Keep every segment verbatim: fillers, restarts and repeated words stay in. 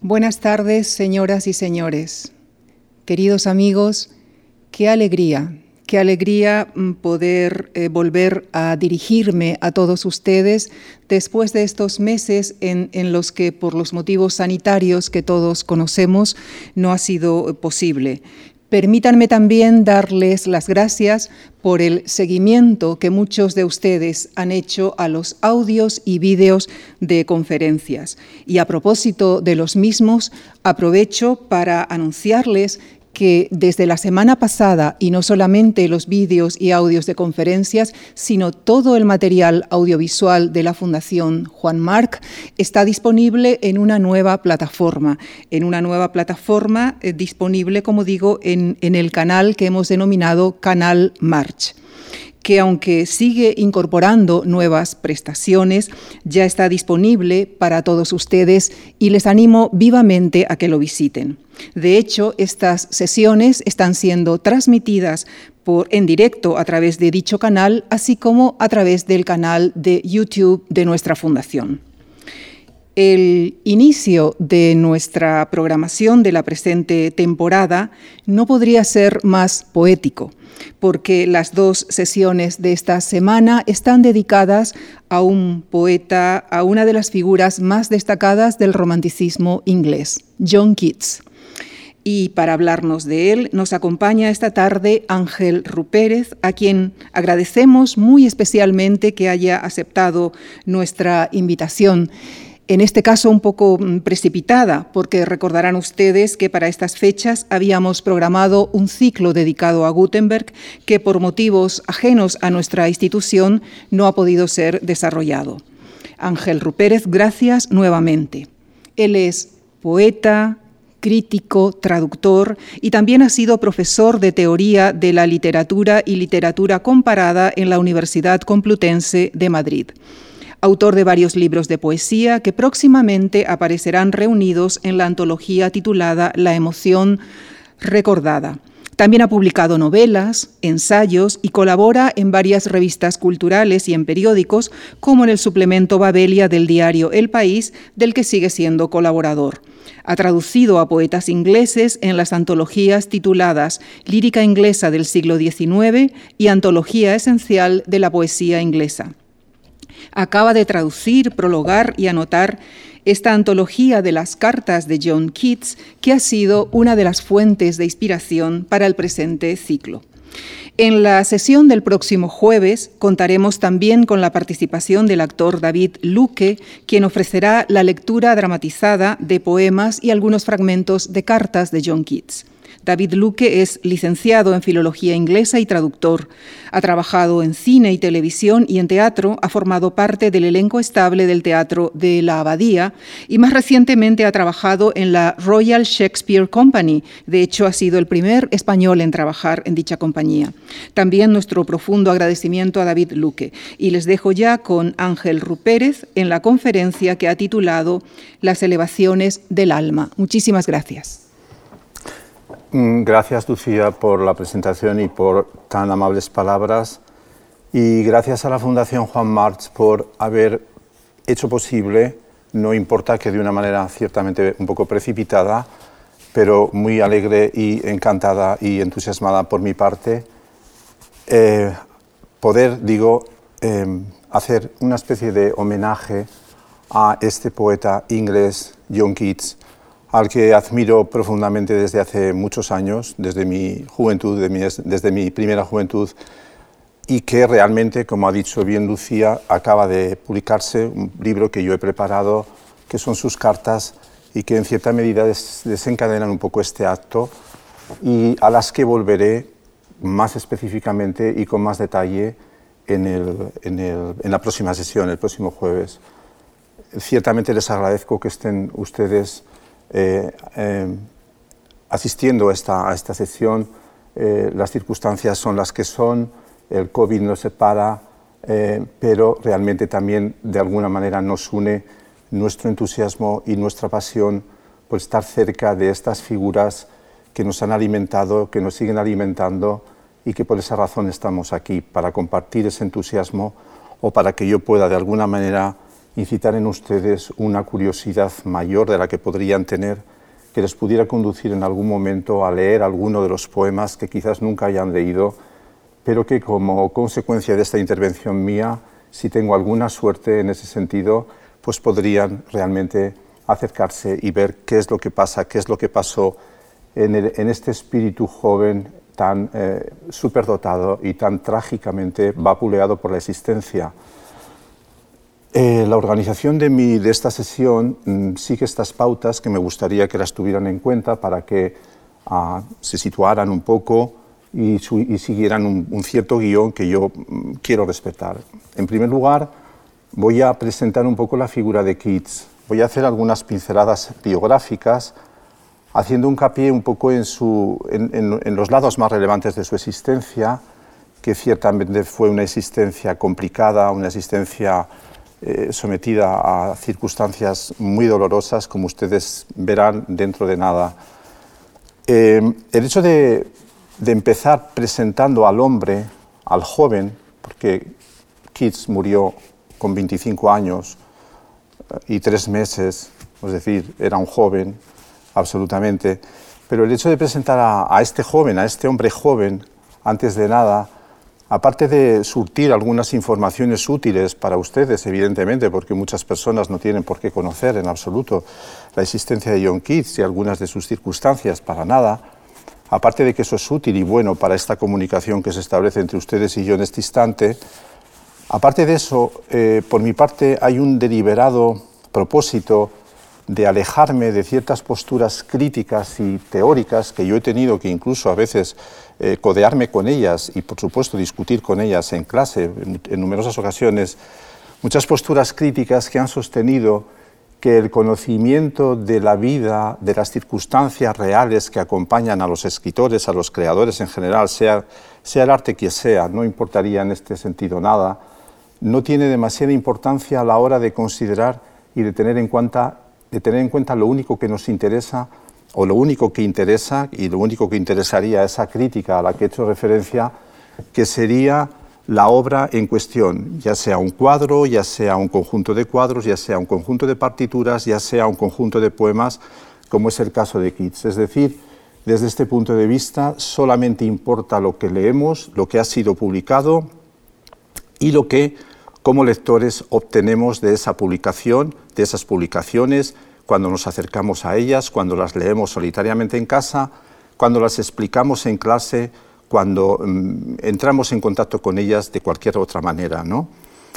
Buenas tardes, señoras y señores. Queridos amigos, qué alegría, qué alegría poder eh, volver a dirigirme a todos ustedes después de estos meses en, en los que, por los motivos sanitarios que todos conocemos, no ha sido posible. Permítanme también darles las gracias por el seguimiento que muchos de ustedes han hecho a los audios y vídeos de conferencias. Y a propósito de los mismos, aprovecho para anunciarles que desde la semana pasada, y no solamente los vídeos y audios de conferencias, sino todo el material audiovisual de la Fundación Juan March está disponible en una nueva plataforma, en una nueva plataforma eh, disponible, como digo, en, en el canal que hemos denominado Canal March, que aunque sigue incorporando nuevas prestaciones, ya está disponible para todos ustedes y les animo vivamente a que lo visiten. De hecho, estas sesiones están siendo transmitidas por, en directo a través de dicho canal, así como a través del canal de YouTube de nuestra fundación. El inicio de nuestra programación de la presente temporada no podría ser más poético, porque las dos sesiones de esta semana están dedicadas a un poeta, a una de las figuras más destacadas del romanticismo inglés, John Keats. Y para hablarnos de él nos acompaña esta tarde Ángel Rupérez, a quien agradecemos muy especialmente que haya aceptado nuestra invitación. En este caso un poco precipitada, porque recordarán ustedes que para estas fechas habíamos programado un ciclo dedicado a Gutenberg que por motivos ajenos a nuestra institución no ha podido ser desarrollado. Ángel Rupérez, gracias nuevamente. Él es poeta, crítico, traductor y también ha sido profesor de teoría de la literatura y literatura comparada en la Universidad Complutense de Madrid. Autor de varios libros de poesía que próximamente aparecerán reunidos en la antología titulada La emoción recordada. También ha publicado novelas, ensayos y colabora en varias revistas culturales y en periódicos, como en el suplemento Babelia del diario El País, del que sigue siendo colaborador. Ha traducido a poetas ingleses en las antologías tituladas Lírica inglesa del siglo diecinueve y Antología esencial de la poesía inglesa. Acaba de traducir, prologar y anotar esta antología de las cartas de John Keats, que ha sido una de las fuentes de inspiración para el presente ciclo. En la sesión del próximo jueves contaremos también con la participación del actor David Luque, quien ofrecerá la lectura dramatizada de poemas y algunos fragmentos de cartas de John Keats. David Luque es licenciado en Filología Inglesa y traductor. Ha trabajado en cine y televisión y en teatro, ha formado parte del elenco estable del Teatro de la Abadía y más recientemente ha trabajado en la Royal Shakespeare Company. De hecho, ha sido el primer español en trabajar en dicha compañía. También nuestro profundo agradecimiento a David Luque. Y les dejo ya con Ángel Rupérez en la conferencia que ha titulado Las elevaciones del alma. Muchísimas gracias. Gracias, Lucía, por la presentación y por tan amables palabras. Y gracias a la Fundación Juan March por haber hecho posible, no importa que de una manera ciertamente un poco precipitada, pero muy alegre y encantada y entusiasmada por mi parte, eh, poder, digo, eh, hacer una especie de homenaje a este poeta inglés, John Keats, al que admiro profundamente desde hace muchos años, desde mi juventud, desde mi primera juventud, y que realmente, como ha dicho bien Lucía, acaba de publicarse un libro que yo he preparado, que son sus cartas, y que en cierta medida des desencadenan un poco este acto, y a las que volveré más específicamente y con más detalle en, el, en, el, en la próxima sesión, el próximo jueves. Ciertamente les agradezco que estén ustedes Eh, eh, asistiendo a esta, a esta sesión. Eh, las circunstancias son las que son, el COVID nos separa, eh, pero realmente también de alguna manera nos une nuestro entusiasmo y nuestra pasión por estar cerca de estas figuras que nos han alimentado, que nos siguen alimentando y que por esa razón estamos aquí, para compartir ese entusiasmo o para que yo pueda de alguna manera incitar en ustedes una curiosidad mayor de la que podrían tener, que les pudiera conducir en algún momento a leer alguno de los poemas que quizás nunca hayan leído, pero que como consecuencia de esta intervención mía, si tengo alguna suerte en ese sentido, pues podrían realmente acercarse y ver qué es lo que pasa, qué es lo que pasó en, el, en este espíritu joven tan eh, superdotado y tan trágicamente vapuleado por la existencia. Eh, la organización de, mi, de esta sesión mmm, sigue estas pautas que me gustaría que las tuvieran en cuenta para que uh, se situaran un poco y, su, y siguieran un, un cierto guión que yo mmm, quiero respetar. En primer lugar, voy a presentar un poco la figura de Keats. Voy a hacer algunas pinceladas biográficas, haciendo hincapié un poco en, su, en, en, en los lados más relevantes de su existencia, que ciertamente fue una existencia complicada, una existencia Eh, sometida a circunstancias muy dolorosas, como ustedes verán dentro de nada. Eh, el hecho de, de empezar presentando al hombre, al joven, porque Keats murió con veinticinco años y tres meses, es decir, era un joven, absolutamente, pero el hecho de presentar a, a este joven, a este hombre joven, antes de nada, aparte de surtir algunas informaciones útiles para ustedes, evidentemente, porque muchas personas no tienen por qué conocer en absoluto la existencia de John Keats y algunas de sus circunstancias, para nada, aparte de que eso es útil y bueno para esta comunicación que se establece entre ustedes y yo en este instante, aparte de eso, eh, por mi parte, hay un deliberado propósito de alejarme de ciertas posturas críticas y teóricas que yo he tenido que incluso a veces eh, codearme con ellas y por supuesto discutir con ellas en clase en, en numerosas ocasiones, muchas posturas críticas que han sostenido que el conocimiento de la vida, de las circunstancias reales que acompañan a los escritores, a los creadores en general, sea, sea el arte que sea, no importaría en este sentido nada, no tiene demasiada importancia a la hora de considerar y de tener en cuenta de tener en cuenta lo único que nos interesa o lo único que interesa y lo único que interesaría a esa crítica a la que he hecho referencia, que sería la obra en cuestión, ya sea un cuadro, ya sea un conjunto de cuadros, ya sea un conjunto de partituras, ya sea un conjunto de poemas, como es el caso de Keats. Es decir, desde este punto de vista solamente importa lo que leemos, lo que ha sido publicado y lo que como lectores obtenemos de esa publicación, de esas publicaciones, cuando nos acercamos a ellas, cuando las leemos solitariamente en casa, cuando las explicamos en clase, cuando um, entramos en contacto con ellas de cualquier otra manera, ¿no?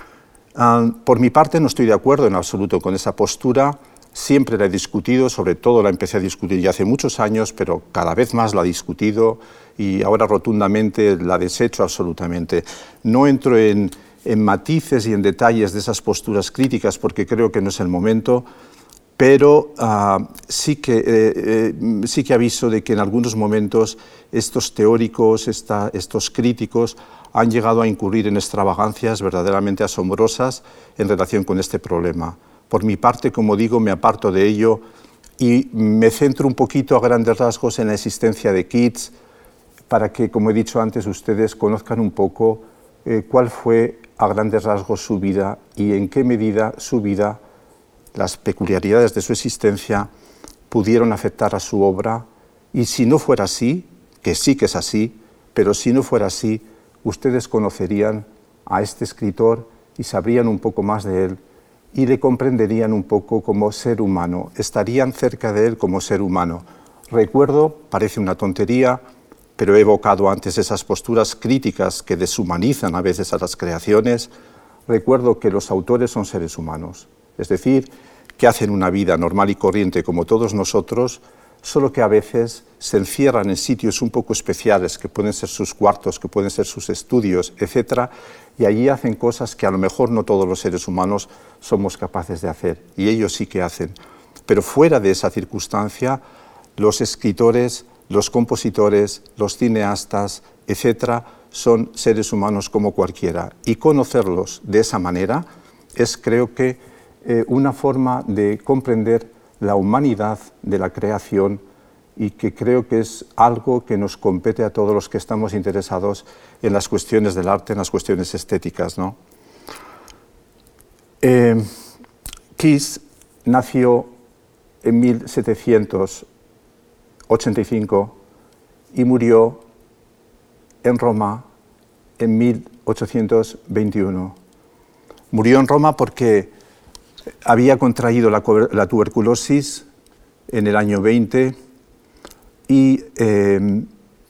Uh, por mi parte no estoy de acuerdo en absoluto con esa postura, siempre la he discutido, sobre todo la empecé a discutir ya hace muchos años, pero cada vez más la he discutido y ahora rotundamente la desecho absolutamente. No entro en en matices y en detalles de esas posturas críticas, porque creo que no es el momento, pero uh, sí, que, eh, eh, sí que aviso de que en algunos momentos estos teóricos, esta, estos críticos, han llegado a incurrir en extravagancias verdaderamente asombrosas en relación con este problema. Por mi parte, como digo, me aparto de ello y me centro un poquito a grandes rasgos en la existencia de Keats, para que, como he dicho antes, ustedes conozcan un poco eh, cuál fue a grandes rasgos su vida y en qué medida su vida, las peculiaridades de su existencia, pudieron afectar a su obra. Y si no fuera así, que sí que es así, pero si no fuera así, ustedes conocerían a este escritor y sabrían un poco más de él y le comprenderían un poco como ser humano, estarían cerca de él como ser humano. Recuerdo, parece una tontería, pero he evocado antes esas posturas críticas que deshumanizan a veces a las creaciones. Recuerdo que los autores son seres humanos, es decir, que hacen una vida normal y corriente como todos nosotros, solo que a veces se encierran en sitios un poco especiales, que pueden ser sus cuartos, que pueden ser sus estudios, etcétera, y allí hacen cosas que a lo mejor no todos los seres humanos somos capaces de hacer, y ellos sí que hacen. Pero fuera de esa circunstancia, los escritores, los compositores, los cineastas, etcétera, son seres humanos como cualquiera. Y conocerlos de esa manera es, creo que, eh, una forma de comprender la humanidad de la creación y que creo que es algo que nos compete a todos los que estamos interesados en las cuestiones del arte, en las cuestiones estéticas, ¿no? Eh, Keats nació en mil setecientos ochenta y cinco y murió en Roma en mil ochocientos veintiuno. Murió en Roma porque había contraído la, la tuberculosis en el año veinte y eh,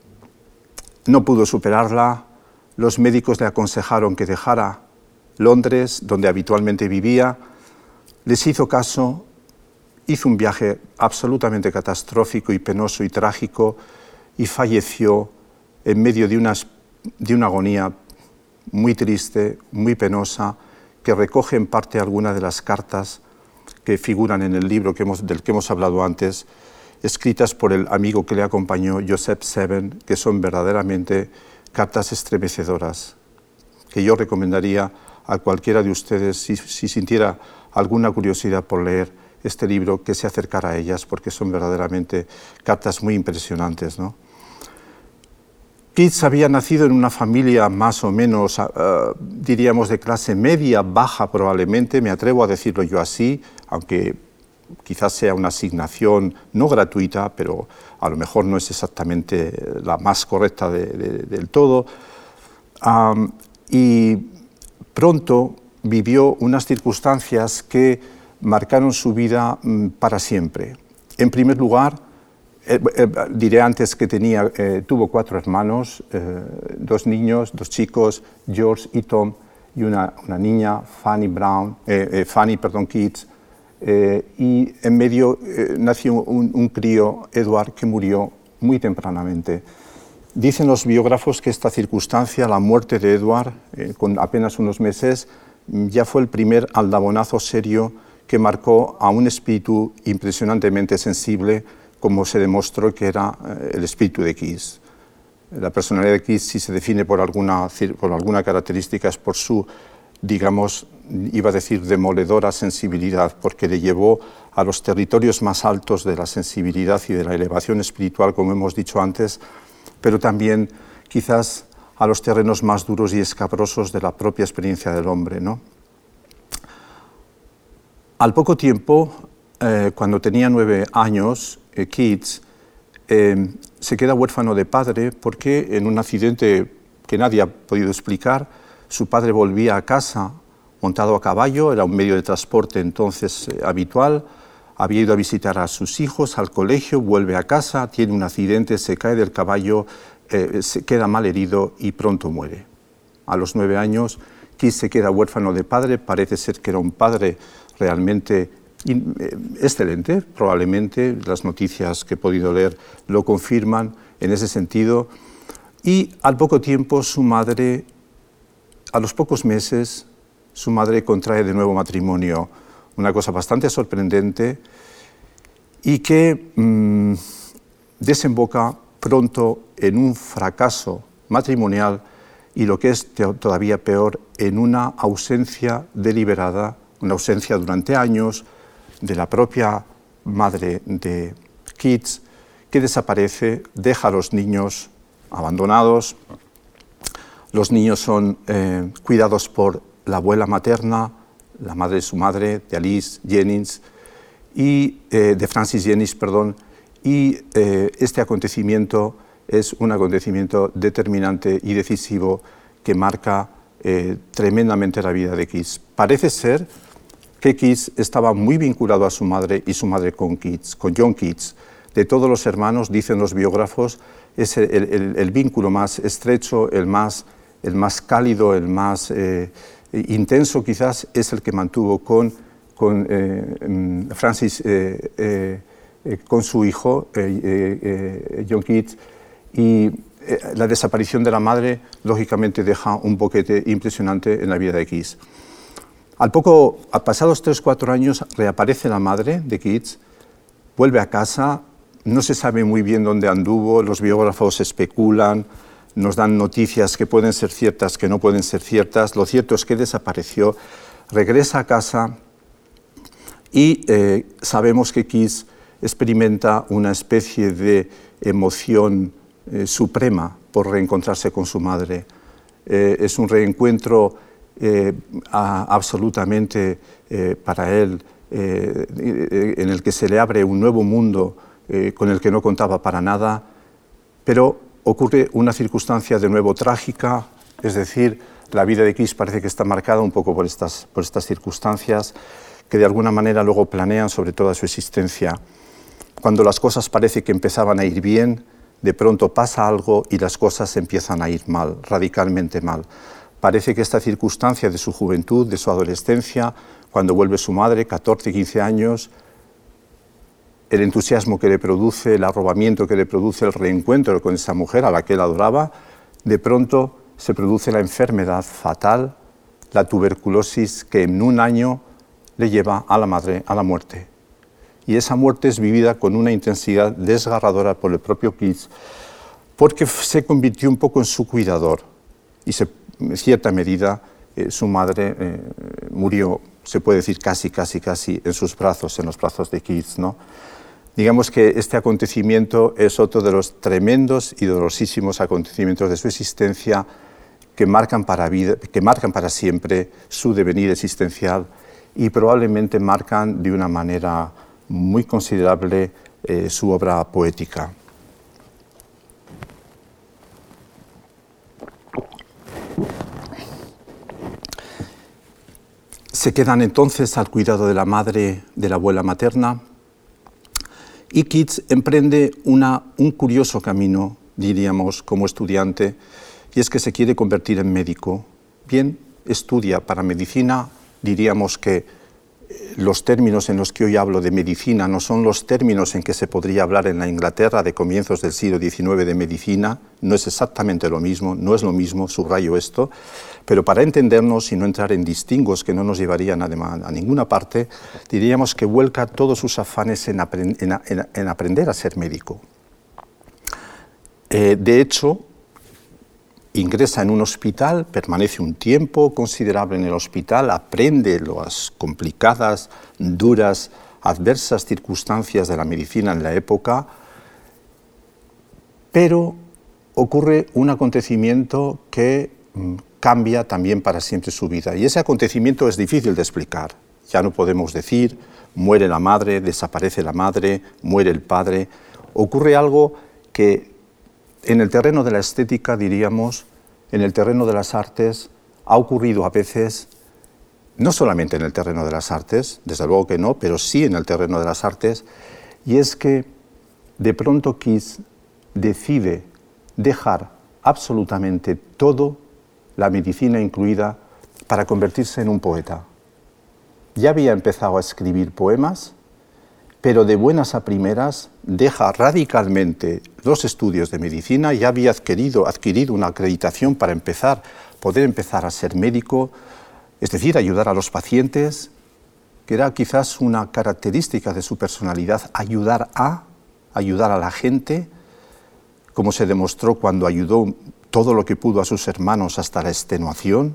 no pudo superarla. Los médicos le aconsejaron que dejara Londres, donde habitualmente vivía. Les hizo caso, hizo un viaje absolutamente catastrófico y penoso y trágico y falleció en medio de una, de una agonía muy triste, muy penosa, que recoge en parte algunas de las cartas que figuran en el libro que hemos, del que hemos hablado antes, escritas por el amigo que le acompañó, Joseph Seven, que son verdaderamente cartas estremecedoras, que yo recomendaría a cualquiera de ustedes, si, si sintiera alguna curiosidad por leer este libro, que se acercara a ellas, porque son verdaderamente cartas muy impresionantes, ¿no? Keats había nacido en una familia más o menos, uh, diríamos, de clase media, baja probablemente, me atrevo a decirlo yo así, aunque quizás sea una asignación no gratuita, pero a lo mejor no es exactamente la más correcta de, de, del todo. Um, y pronto vivió unas circunstancias que marcaron su vida um, para siempre. En primer lugar, Eh, eh, diré antes que tenía, eh, tuvo cuatro hermanos, eh, dos niños, dos chicos, George y Tom, y una, una niña, Fanny Brown, eh, eh, Fanny, perdón, Keats, eh, y en medio eh, nació un, un crío, Edward, que murió muy tempranamente. Dicen los biógrafos que esta circunstancia, la muerte de Edward, eh, con apenas unos meses, ya fue el primer aldabonazo serio que marcó a un espíritu impresionantemente sensible, como se demostró que era el espíritu de Keats. La personalidad de Keats, si se define por alguna, por alguna característica, es por su, digamos, iba a decir, demoledora sensibilidad, porque le llevó a los territorios más altos de la sensibilidad y de la elevación espiritual, como hemos dicho antes, pero también quizás a los terrenos más duros y escabrosos de la propia experiencia del hombre, ¿no? Al poco tiempo, eh, cuando tenía nueve años, eh, Keats eh, se queda huérfano de padre porque en un accidente que nadie ha podido explicar, su padre volvía a casa montado a caballo, era un medio de transporte entonces eh, habitual, había ido a visitar a sus hijos al colegio, vuelve a casa, tiene un accidente, se cae del caballo, eh, se queda mal herido y pronto muere. A los nueve años, Keats se queda huérfano de padre, parece ser que era un padre realmente in, eh, excelente, probablemente las noticias que he podido leer lo confirman en ese sentido, y al poco tiempo su madre, a los pocos meses, su madre contrae de nuevo matrimonio, una cosa bastante sorprendente y que mmm, desemboca pronto en un fracaso matrimonial y lo que es todavía peor, en una ausencia deliberada, una ausencia durante años de la propia madre de Keats, que desaparece, deja a los niños abandonados. Los niños son eh, cuidados por la abuela materna, la madre de su madre, de Alice Jennings, y, eh, de Frances Jennings, perdón, y eh, este acontecimiento es un acontecimiento determinante y decisivo que marca eh, tremendamente la vida de Keats. Parece ser que Keats estaba muy vinculado a su madre y su madre con Keats, con John Keats. De todos los hermanos, dicen los biógrafos, es el, el, el vínculo más estrecho, el más, el más cálido, el más eh, intenso quizás, es el que mantuvo con, con eh, Francis, eh, eh, con su hijo, eh, eh, John Keats, y eh, la desaparición de la madre, lógicamente, deja un boquete impresionante en la vida de Keats. Al poco, a pasados tres o cuatro años, reaparece la madre de Keats, vuelve a casa, no se sabe muy bien dónde anduvo, los biógrafos especulan, nos dan noticias que pueden ser ciertas, que no pueden ser ciertas. Lo cierto es que desapareció, regresa a casa y eh, sabemos que Keats experimenta una especie de emoción eh, suprema por reencontrarse con su madre. Eh, es un reencuentro eh, a, absolutamente eh, para él eh, en el que se le abre un nuevo mundo eh, con el que no contaba para nada, pero ocurre una circunstancia de nuevo trágica, es decir, la vida de Keats parece que está marcada un poco por estas, por estas circunstancias que de alguna manera luego planean sobre toda su existencia. Cuando las cosas parece que empezaban a ir bien, de pronto pasa algo y las cosas empiezan a ir mal, radicalmente mal. Parece que esta circunstancia de su juventud, de su adolescencia, cuando vuelve su madre, catorce, quince años, el entusiasmo que le produce, el arrobamiento que le produce, el reencuentro con esa mujer a la que él adoraba, de pronto se produce la enfermedad fatal, la tuberculosis, que en un año le lleva a la madre a la muerte. Y esa muerte es vivida con una intensidad desgarradora por el propio Keats, porque se convirtió un poco en su cuidador y se, en cierta medida eh, su madre eh, murió, se puede decir casi, casi, casi en sus brazos, en los brazos de Keats, ¿no? Digamos que este acontecimiento es otro de los tremendos y dolorosísimos acontecimientos de su existencia que marcan para, vida, que marcan para siempre su devenir existencial y probablemente marcan de una manera muy considerable eh, su obra poética. Se quedan entonces al cuidado de la madre, de la abuela materna, y Keats emprende una, un curioso camino, diríamos, como estudiante, y es que se quiere convertir en médico. Bien, estudia para medicina, diríamos que los términos en los que hoy hablo de medicina no son los términos en que se podría hablar en la Inglaterra de comienzos del siglo diecinueve de medicina, no es exactamente lo mismo, no es lo mismo, subrayo esto, pero para entendernos y no entrar en distingos que no nos llevarían además a ninguna parte, diríamos que vuelca todos sus afanes en, aprend en, en, en aprender a ser médico. Eh, de hecho, ingresa en un hospital, permanece un tiempo considerable en el hospital, aprende las complicadas, duras, adversas circunstancias de la medicina en la época, pero ocurre un acontecimiento que mm, cambia también para siempre su vida. Y ese acontecimiento es difícil de explicar. Ya no podemos decir, muere la madre, desaparece la madre, muere el padre. Ocurre algo que en el terreno de la estética, diríamos, en el terreno de las artes, ha ocurrido a veces, no solamente en el terreno de las artes, desde luego que no, pero sí en el terreno de las artes, y es que de pronto Keats decide dejar absolutamente todo, la medicina incluida, para convertirse en un poeta. Ya había empezado a escribir poemas, pero de buenas a primeras deja radicalmente los estudios de medicina, ya había adquirido, adquirido una acreditación para empezar, poder empezar a ser médico, es decir, ayudar a los pacientes, que era quizás una característica de su personalidad, ayudar a, ayudar a la gente, como se demostró cuando ayudó todo lo que pudo a sus hermanos hasta la extenuación,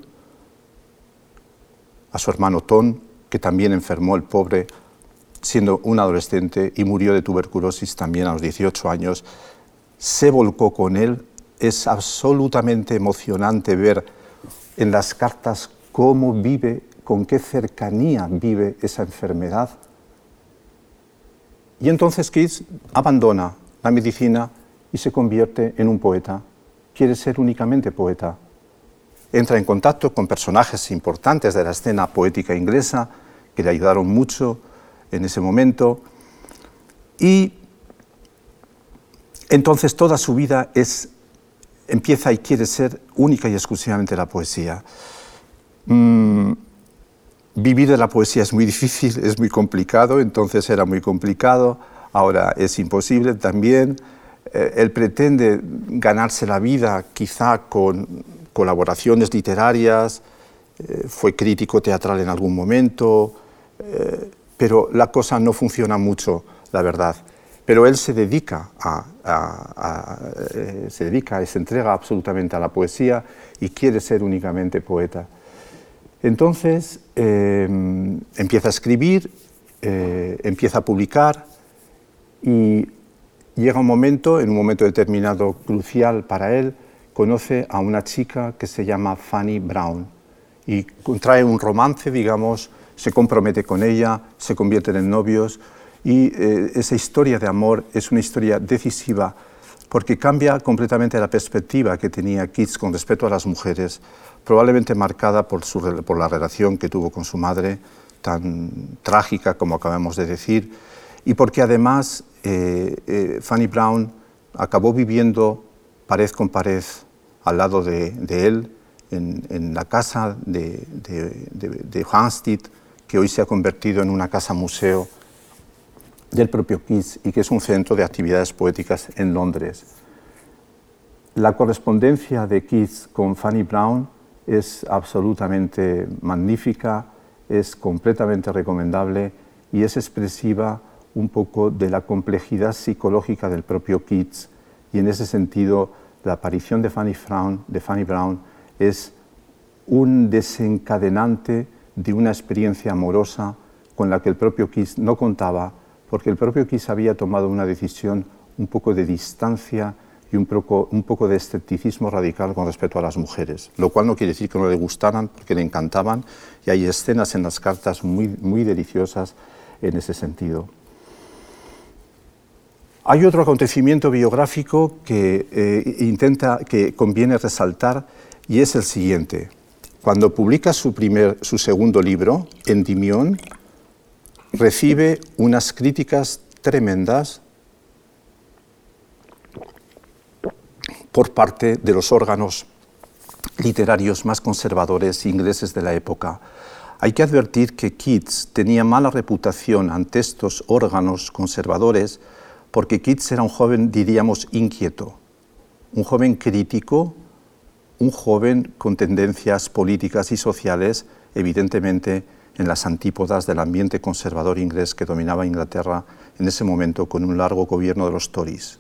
a su hermano Tom, que también enfermó el pobre, siendo un adolescente y murió de tuberculosis también a los dieciocho años, se volcó con él. Es absolutamente emocionante ver en las cartas cómo vive, con qué cercanía vive esa enfermedad. Y entonces Keats abandona la medicina y se convierte en un poeta. Quiere ser únicamente poeta. Entra en contacto con personajes importantes de la escena poética inglesa que le ayudaron mucho en ese momento, y entonces toda su vida es, empieza y quiere ser única y exclusivamente la poesía. Mm, vivir de la poesía es muy difícil, es muy complicado, entonces era muy complicado, ahora es imposible también. Eh, él pretende ganarse la vida quizá con colaboraciones literarias, eh, fue crítico teatral en algún momento, eh, pero la cosa no funciona mucho, la verdad. Pero él se dedica a, a, a, eh, se dedica y se entrega absolutamente a la poesía y quiere ser únicamente poeta. Entonces eh, empieza a escribir, eh, empieza a publicar y llega un momento, en un momento determinado crucial para él, conoce a una chica que se llama Fanny Brown y contrae un romance, digamos, se compromete con ella, se convierten en novios y eh, esa historia de amor es una historia decisiva porque cambia completamente la perspectiva que tenía Keats con respecto a las mujeres, probablemente marcada por, su, por la relación que tuvo con su madre, tan trágica como acabamos de decir, y porque además eh, eh, Fanny Brown acabó viviendo pared con pared al lado de, de él, en, en la casa de, de, de, de Hampstead, que hoy se ha convertido en una casa museo del propio Keats y que es un centro de actividades poéticas en Londres. La correspondencia de Keats con Fanny Brown es absolutamente magnífica, es completamente recomendable y es expresiva un poco de la complejidad psicológica del propio Keats, y en ese sentido la aparición de Fanny Brown, de Fanny Brown es un desencadenante de una experiencia amorosa con la que el propio Keats no contaba, porque el propio Keats había tomado una decisión un poco de distancia y un poco, un poco de escepticismo radical con respecto a las mujeres, lo cual no quiere decir que no le gustaran, porque le encantaban, y hay escenas en las cartas muy, muy deliciosas en ese sentido. Hay otro acontecimiento biográfico que, eh, intenta, que conviene resaltar, y es el siguiente. Cuando publica su, primer, su segundo libro, Endymion, recibe unas críticas tremendas por parte de los órganos literarios más conservadores ingleses de la época. Hay que advertir que Keats tenía mala reputación ante estos órganos conservadores porque Keats era un joven, diríamos, inquieto, un joven crítico, un joven con tendencias políticas y sociales, evidentemente en las antípodas del ambiente conservador inglés que dominaba Inglaterra en ese momento con un largo gobierno de los Tories.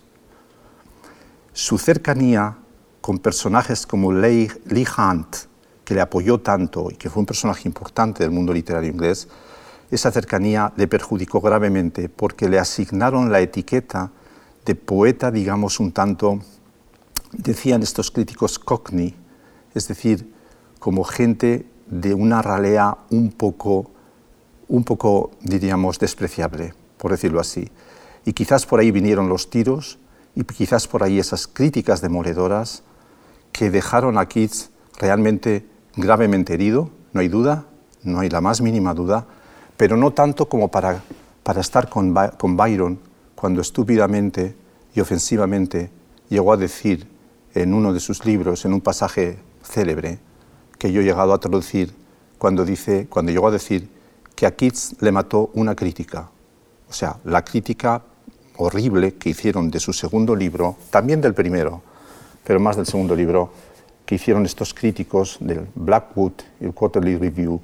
Su cercanía con personajes como Leigh, Leigh Hunt, que le apoyó tanto y que fue un personaje importante del mundo literario inglés, esa cercanía le perjudicó gravemente porque le asignaron la etiqueta de poeta, digamos, un tanto, decían estos críticos, cockney, es decir, como gente de una ralea un poco, un poco, diríamos, despreciable, por decirlo así. Y quizás por ahí vinieron los tiros y quizás por ahí esas críticas demoledoras que dejaron a Keats realmente gravemente herido, no hay duda, no hay la más mínima duda, pero no tanto como para, para estar con, con Byron cuando estúpidamente y ofensivamente llegó a decir en uno de sus libros, en un pasaje célebre, que yo he llegado a traducir, cuando, dice, cuando llegó a decir que a Keats le mató una crítica. O sea, la crítica horrible que hicieron de su segundo libro, también del primero, pero más del segundo libro, que hicieron estos críticos del Blackwood y el Quarterly Review.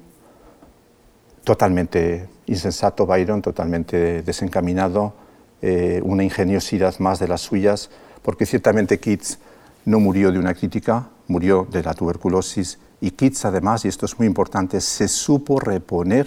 Totalmente insensato Byron, totalmente desencaminado, eh, una ingeniosidad más de las suyas, porque ciertamente Keats no murió de una crítica, murió de la tuberculosis, y Keats además, y esto es muy importante, se supo reponer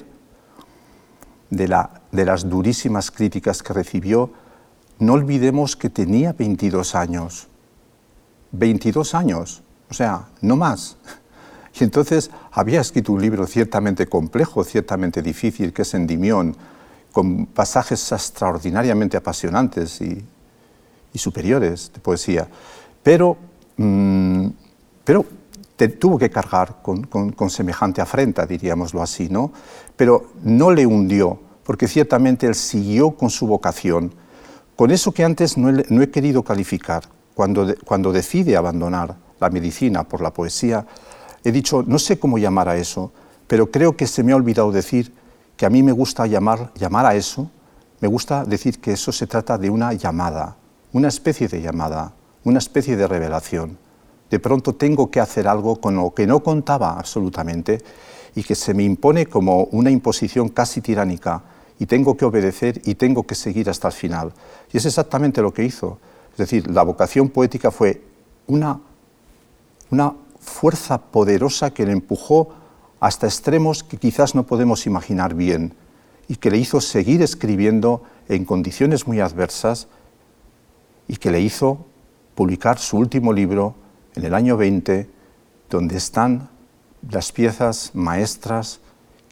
de, la, de las durísimas críticas que recibió. No olvidemos que tenía veintidós años, veintidós años, o sea, no más. Y entonces había escrito un libro ciertamente complejo, ciertamente difícil, que es Endymion, con pasajes extraordinariamente apasionantes y, y superiores de poesía. Pero, mmm, pero te, tuvo que cargar con, con, con semejante afrenta, diríamoslo así, ¿no? Pero no le hundió, porque ciertamente él siguió con su vocación, con eso que antes no he, no he querido calificar. Cuando, de, cuando decide abandonar la medicina por la poesía, he dicho, no sé cómo llamar a eso, pero creo que se me ha olvidado decir que a mí me gusta llamar, llamar a eso, me gusta decir que eso se trata de una llamada, una especie de llamada, una especie de revelación. De pronto tengo que hacer algo con lo que no contaba absolutamente y que se me impone como una imposición casi tiránica y tengo que obedecer y tengo que seguir hasta el final. Y es exactamente lo que hizo. Es decir, la vocación poética fue una, una fuerza poderosa que le empujó hasta extremos que quizás no podemos imaginar bien y que le hizo seguir escribiendo en condiciones muy adversas y que le hizo publicar su último libro en el año veinte, donde están las piezas maestras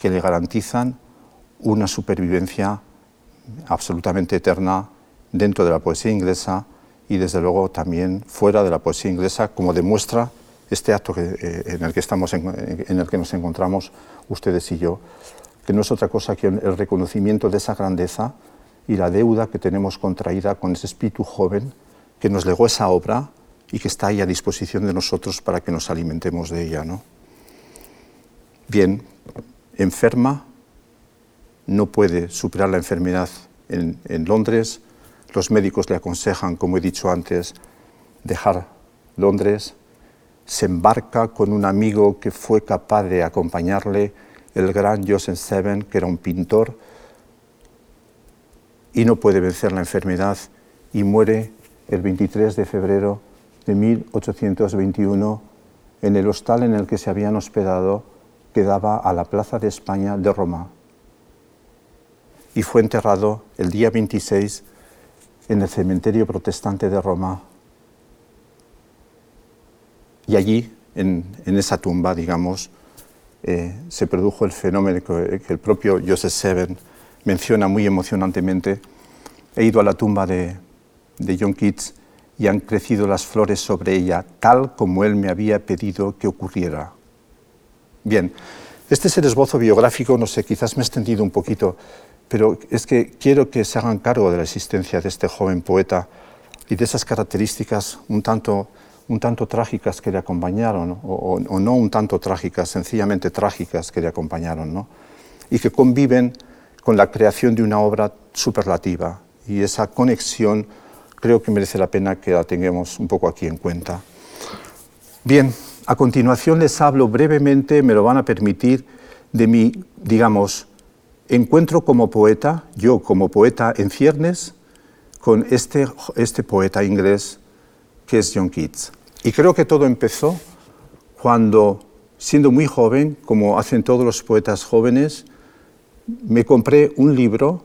que le garantizan una supervivencia absolutamente eterna dentro de la poesía inglesa y desde luego también fuera de la poesía inglesa, como demuestra este acto que, eh, en, el que estamos en, en el que nos encontramos ustedes y yo, que no es otra cosa que el reconocimiento de esa grandeza y la deuda que tenemos contraída con ese espíritu joven que nos legó esa obra y que está ahí a disposición de nosotros para que nos alimentemos de ella, ¿no? Bien, enferma, no puede superar la enfermedad en, en Londres, los médicos le aconsejan, como he dicho antes, dejar Londres, se embarca con un amigo que fue capaz de acompañarle, el gran Joseph Seven, que era un pintor, y no puede vencer la enfermedad y muere el veintitrés de febrero de mil ochocientos veintiuno en el hostal en el que se habían hospedado, que daba a la Plaza de España de Roma. Y fue enterrado el día veintiséis en el cementerio protestante de Roma. Y allí, en, en esa tumba, digamos, eh, se produjo el fenómeno que, que el propio Joseph Seven menciona muy emocionantemente. He ido a la tumba de, de John Keats y han crecido las flores sobre ella, tal como él me había pedido que ocurriera. Bien, este es el esbozo biográfico, no sé, quizás me he extendido un poquito, pero es que quiero que se hagan cargo de la existencia de este joven poeta y de esas características un tanto, un tanto trágicas que le acompañaron, o, o, o no un tanto trágicas, sencillamente trágicas que le acompañaron, ¿no? Y que conviven con la creación de una obra superlativa. Y esa conexión creo que merece la pena que la tengamos un poco aquí en cuenta. Bien, a continuación les hablo brevemente, me lo van a permitir, de mi, digamos, encuentro como poeta, yo como poeta en ciernes, con este, este poeta inglés que es John Keats. Y creo que todo empezó cuando, siendo muy joven, como hacen todos los poetas jóvenes, me compré un libro,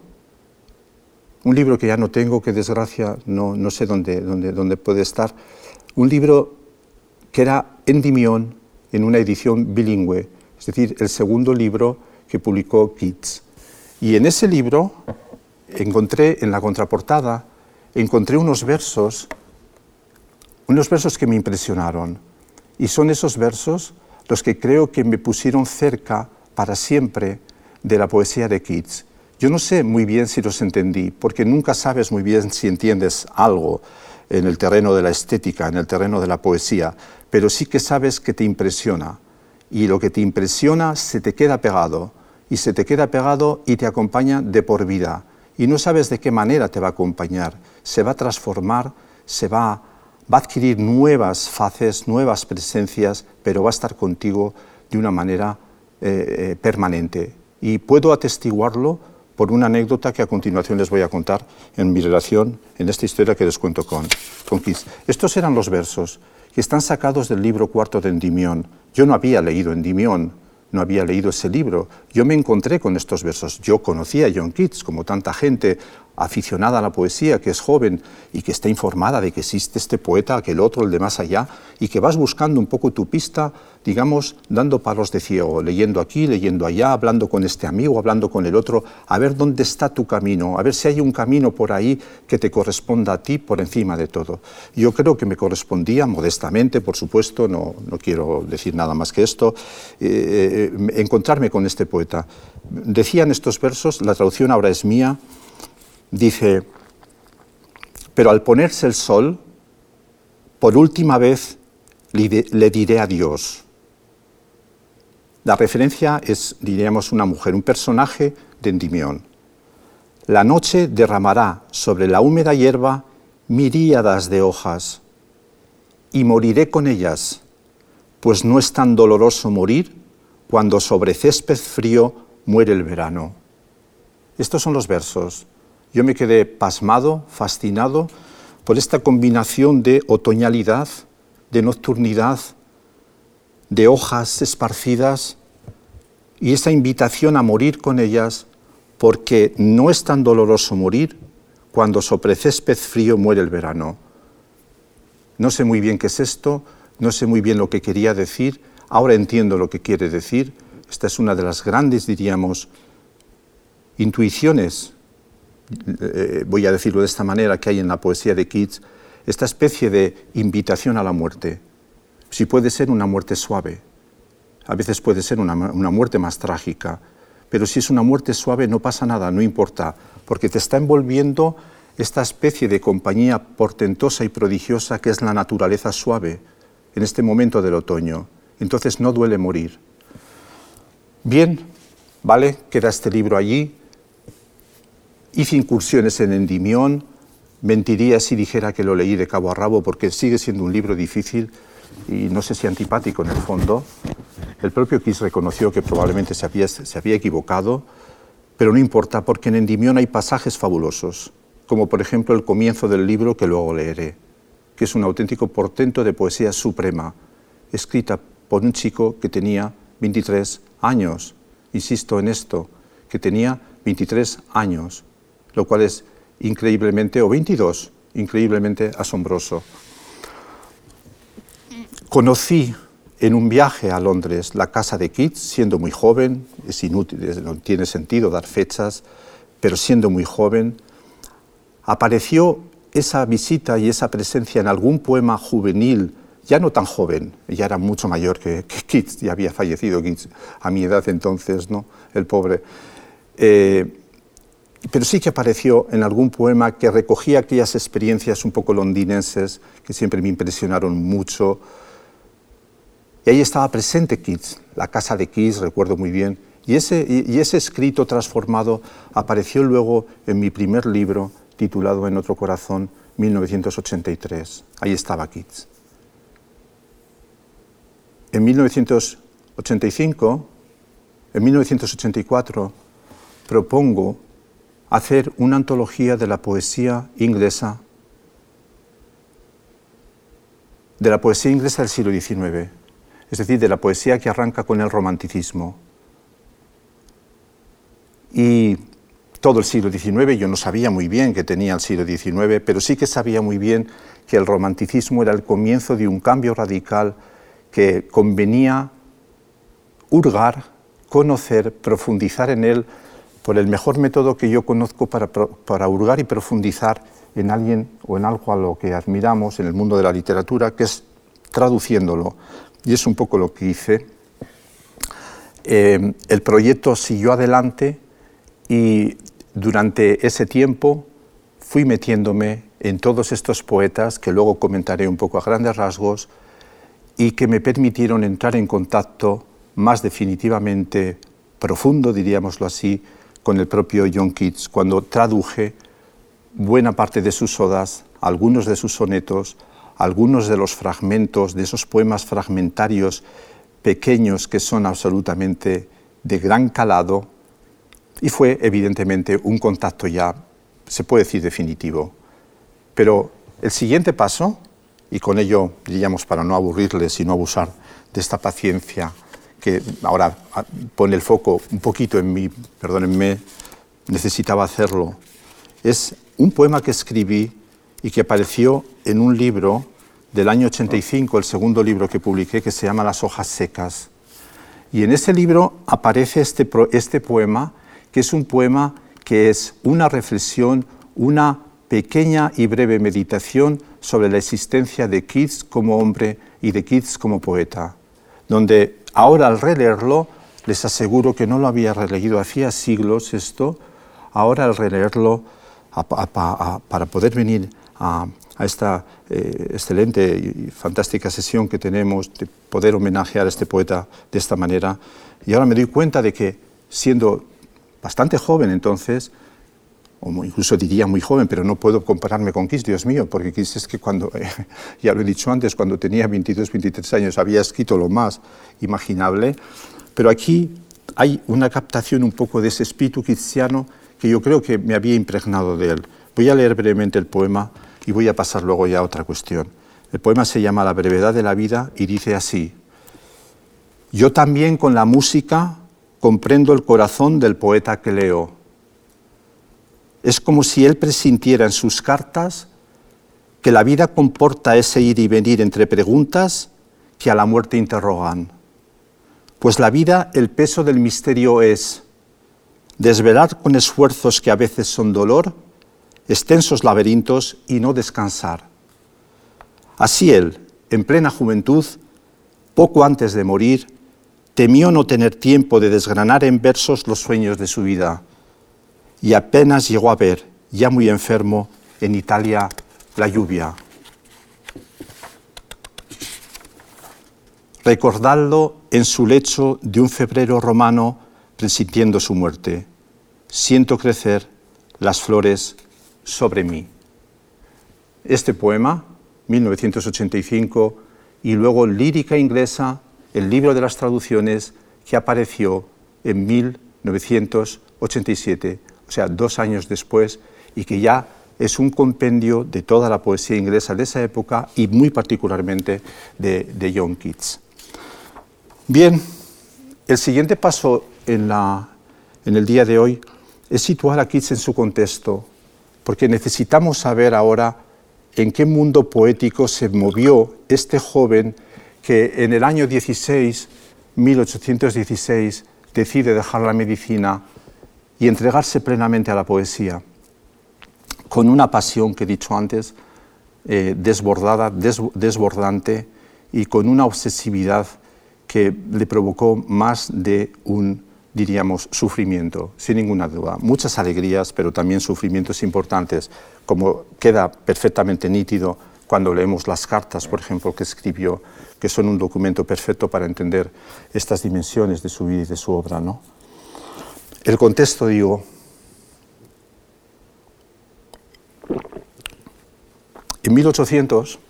un libro que ya no tengo, que desgracia no, no sé dónde, dónde, dónde puede estar, un libro que era Endymion en una edición bilingüe, es decir, el segundo libro que publicó Keats. Y en ese libro encontré, en la contraportada, encontré unos versos, unos versos que me impresionaron. Y son esos versos los que creo que me pusieron cerca para siempre de la poesía de Keats. Yo no sé muy bien si los entendí, porque nunca sabes muy bien si entiendes algo en el terreno de la estética, en el terreno de la poesía, pero sí que sabes que te impresiona. Y lo que te impresiona se te queda pegado. Y se te queda pegado y te acompaña de por vida. Y no sabes de qué manera te va a acompañar. Se va a transformar, se va, va a adquirir nuevas faces, nuevas presencias, pero va a estar contigo de una manera eh, eh, permanente. Y puedo atestiguarlo por una anécdota que a continuación les voy a contar en mi relación, en esta historia que les cuento con, con Keats. Estos eran los versos que están sacados del libro cuarto de Endymion. Yo no había leído Endymion, no había leído ese libro. Yo me encontré con estos versos. Yo conocía a John Keats, como tanta gente aficionada a la poesía, que es joven y que está informada de que existe este poeta, aquel otro, el de más allá, y que vas buscando un poco tu pista, digamos, dando palos de ciego, leyendo aquí, leyendo allá, hablando con este amigo, hablando con el otro, a ver dónde está tu camino, a ver si hay un camino por ahí que te corresponda a ti por encima de todo. Yo creo que me correspondía, modestamente, por supuesto, no, no quiero decir nada más que esto, eh, eh, encontrarme con este poeta. Decían estos versos, la traducción ahora es mía, dice: pero al ponerse el sol, por última vez le, le diré adiós. La referencia es, diríamos, una mujer, un personaje de Endymion. La noche derramará sobre la húmeda hierba miríadas de hojas, y moriré con ellas, pues no es tan doloroso morir cuando sobre césped frío muere el verano. Estos son los versos. Yo me quedé pasmado, fascinado por esta combinación de otoñalidad, de nocturnidad, de hojas esparcidas y esa invitación a morir con ellas, porque no es tan doloroso morir cuando sobre césped frío muere el verano. No sé muy bien qué es esto, no sé muy bien lo que quería decir, ahora entiendo lo que quiere decir. esta es una de las grandes, diríamos, intuiciones, eh, voy a decirlo de esta manera, que hay en la poesía de Keats, esta especie de invitación a la muerte. Si puede ser una muerte suave, a veces puede ser una, una muerte más trágica, pero si es una muerte suave no pasa nada, no importa, porque te está envolviendo esta especie de compañía portentosa y prodigiosa que es la naturaleza suave en este momento del otoño. Entonces no duele morir. Bien, vale, queda este libro allí. Hice incursiones en Endymion, mentiría si dijera que lo leí de cabo a rabo porque sigue siendo un libro difícil y no sé si antipático en el fondo. El propio Keats reconoció que probablemente se había, se había equivocado, pero no importa porque en Endymion hay pasajes fabulosos, como por ejemplo el comienzo del libro que luego leeré, que es un auténtico portento de poesía suprema, escrita por un chico que tenía veintitrés años. Insisto en esto, que tenía veintitrés años, lo cual es increíblemente, o veintidós, increíblemente asombroso. Conocí en un viaje a Londres la casa de Keats, siendo muy joven, es inútil, no tiene sentido dar fechas, pero siendo muy joven, apareció esa visita y esa presencia en algún poema juvenil, ya no tan joven, ya era mucho mayor que, que Keats, ya había fallecido Keats a mi edad entonces, ¿no? El pobre. Eh, pero sí que apareció en algún poema que recogía aquellas experiencias un poco londinenses que siempre me impresionaron mucho. Y ahí estaba presente Keats, la casa de Keats, recuerdo muy bien, y ese, y, y ese escrito transformado apareció luego en mi primer libro, titulado En otro corazón, mil novecientos ochenta y tres. Ahí estaba Keats. En mil novecientos ochenta y cinco, en mil novecientos ochenta y cuatro, propongo hacer una antología de la poesía inglesa, de la poesía inglesa del siglo diecinueve, es decir, de la poesía que arranca con el romanticismo. Y todo el siglo diecinueve, yo no sabía muy bien que tenía el siglo diecinueve, pero sí que sabía muy bien que el romanticismo era el comienzo de un cambio radical que convenía hurgar, conocer, profundizar en él por el mejor método que yo conozco para, para hurgar y profundizar en alguien o en algo a lo que admiramos en el mundo de la literatura, que es traduciéndolo. Y es un poco lo que hice. Eh, el proyecto siguió adelante y durante ese tiempo fui metiéndome en todos estos poetas, que luego comentaré un poco a grandes rasgos, y que me permitieron entrar en contacto más definitivamente profundo, diríamoslo así, con el propio John Keats, cuando traduje buena parte de sus odas, algunos de sus sonetos, algunos de los fragmentos, de esos poemas fragmentarios pequeños que son absolutamente de gran calado, y fue evidentemente un contacto ya, se puede decir, definitivo. Pero el siguiente paso, y con ello, diríamos, para no aburrirles y no abusar de esta paciencia, que ahora pone el foco un poquito en mí, perdónenme, necesitaba hacerlo, es un poema que escribí y que apareció en un libro del año ochenta y cinco, el segundo libro que publiqué, que se llama Las hojas secas. Y en ese libro aparece este, este poema, que es un poema que es una reflexión, una pequeña y breve meditación sobre la existencia de Keats como hombre y de Keats como poeta, donde ahora al releerlo, les aseguro que no lo había releído hacía siglos esto, ahora al releerlo a, a, a, para poder venir a, a esta eh, excelente y fantástica sesión que tenemos de poder homenajear a este poeta de esta manera, y ahora me doy cuenta de que siendo bastante joven entonces, o incluso diría muy joven, pero no puedo compararme con Keats, Dios mío, porque Keats es que cuando, eh, ya lo he dicho antes, cuando tenía veintidós, veintitrés años había escrito lo más imaginable, pero aquí hay una captación un poco de ese espíritu keatsiano que yo creo que me había impregnado de él. Voy a leer brevemente el poema y voy a pasar luego ya a otra cuestión. El poema se llama La brevedad de la vida y dice así: yo también con la música comprendo el corazón del poeta que leo. Es como si él presintiera en sus cartas que la vida comporta ese ir y venir entre preguntas que a la muerte interrogan. pues la vida, el peso del misterio es desvelar con esfuerzos que a veces son dolor, extensos laberintos y no descansar. Así él, en plena juventud, poco antes de morir, temió no tener tiempo de desgranar en versos los sueños de su vida y apenas llegó a ver, ya muy enfermo, en Italia la lluvia. Recordadlo en su lecho de un febrero romano, presintiendo su muerte. Siento crecer las flores sobre mí. Este poema, mil novecientos ochenta y cinco, y luego Lírica inglesa, el libro de las traducciones, que apareció en mil novecientos ochenta y siete, o sea, dos años después, y que ya es un compendio de toda la poesía inglesa de esa época y muy particularmente de, de John Keats. Bien, el siguiente paso en, la, en el día de hoy es situar a Keats en su contexto, porque necesitamos saber ahora en qué mundo poético se movió este joven que en el año dieciséis, mil ochocientos dieciséis, decide dejar la medicina y entregarse plenamente a la poesía, con una pasión que he dicho antes, eh, desbordada, des, desbordante, y con una obsesividad que le provocó más de un, diríamos, sufrimiento, sin ninguna duda. Muchas alegrías, pero también sufrimientos importantes, como queda perfectamente nítido cuando leemos las cartas, por ejemplo, que escribió, que son un documento perfecto para entender estas dimensiones de su vida y de su obra, ¿no? El contexto, digo, en mil ochocientos,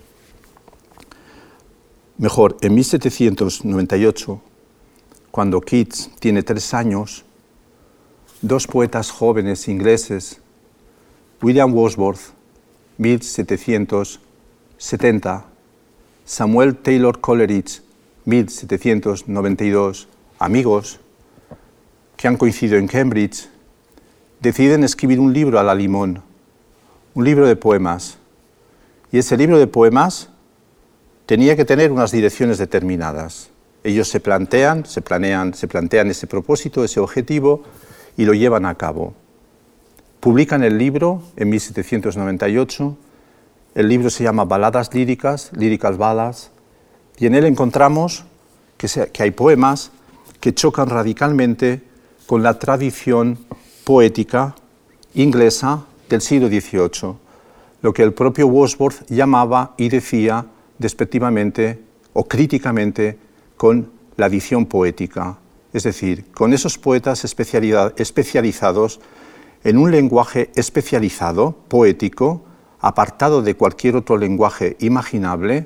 mejor, en mil setecientos noventa y ocho, cuando Keats tiene tres años, dos poetas jóvenes ingleses, William Wordsworth, mil setecientos setenta, Samuel Taylor Coleridge, mil setecientos noventa y dos, amigos que han coincidido en Cambridge, deciden escribir un libro a la limón, un libro de poemas. Y ese libro de poemas tenía que tener unas direcciones determinadas. Ellos se plantean, se planean, se plantean ese propósito, ese objetivo, y lo llevan a cabo. Publican el libro en mil setecientos noventa y ocho, el libro se llama Baladas líricas, Lyrical Ballads, y en él encontramos que, se, que hay poemas que chocan radicalmente con la tradición poética inglesa del siglo dieciocho, lo que el propio Wordsworth llamaba y decía despectivamente o críticamente con la dicción poética, es decir, con esos poetas especializados en un lenguaje especializado, poético, apartado de cualquier otro lenguaje imaginable,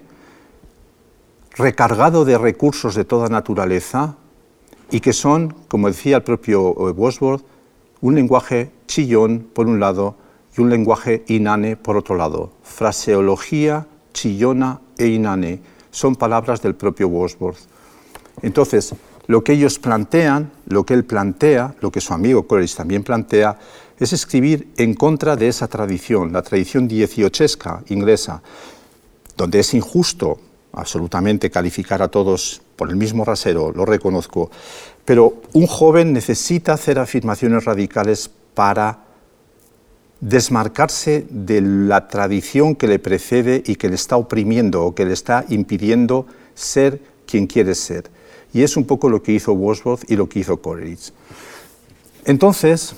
recargado de recursos de toda naturaleza y que son, como decía el propio Wordsworth, un lenguaje chillón por un lado y un lenguaje inane por otro lado. Fraseología chillona e inane son palabras del propio Wordsworth. Entonces, lo que ellos plantean, lo que él plantea, lo que su amigo Coleridge también plantea, es escribir en contra de esa tradición, la tradición dieciochesca inglesa, donde es injusto absolutamente calificar a todos por el mismo rasero, lo reconozco, pero un joven necesita hacer afirmaciones radicales para desmarcarse de la tradición que le precede y que le está oprimiendo o que le está impidiendo ser quien quiere ser. Y es un poco lo que hizo Wordsworth y lo que hizo Coleridge. Entonces,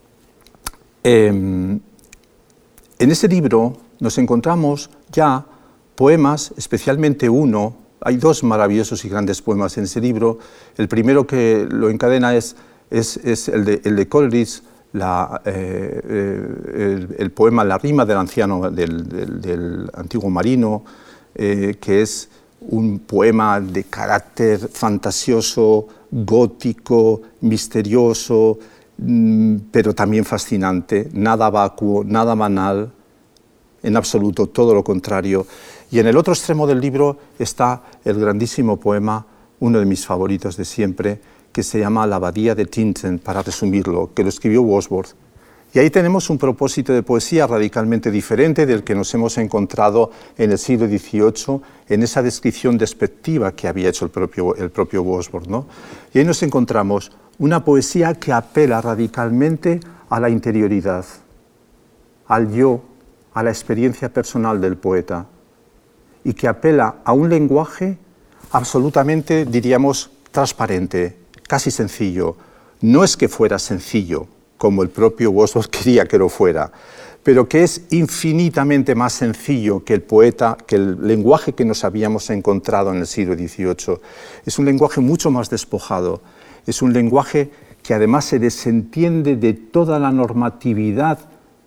eh, en ese libro nos encontramos ya poemas, especialmente uno, hay dos maravillosos y grandes poemas en ese libro. El primero que lo encadena es, es, es el, de, el de Coleridge, la, eh, eh, el, el poema La rima del anciano, del, del, del antiguo marino, eh, que es un poema de carácter fantasioso, gótico, misterioso, mmm, pero también fascinante, nada vacuo, nada banal, en absoluto, todo lo contrario. Y en el otro extremo del libro está el grandísimo poema, uno de mis favoritos de siempre, que se llama La abadía de Tintern, para resumirlo, que lo escribió Wordsworth, Y ahí tenemos un propósito de poesía radicalmente diferente del que nos hemos encontrado en el siglo dieciocho, en esa descripción despectiva que había hecho el propio, el propio Wordsworth, ¿no? Y ahí nos encontramos una poesía que apela radicalmente a la interioridad, al yo, a la experiencia personal del poeta, y que apela a un lenguaje absolutamente, diríamos, transparente, casi sencillo. No es que fuera sencillo, como el propio Wordsworth quería que lo fuera, pero que es infinitamente más sencillo que el poeta, que el lenguaje que nos habíamos encontrado en el siglo dieciocho. Es un lenguaje mucho más despojado, es un lenguaje que además se desentiende de toda la normatividad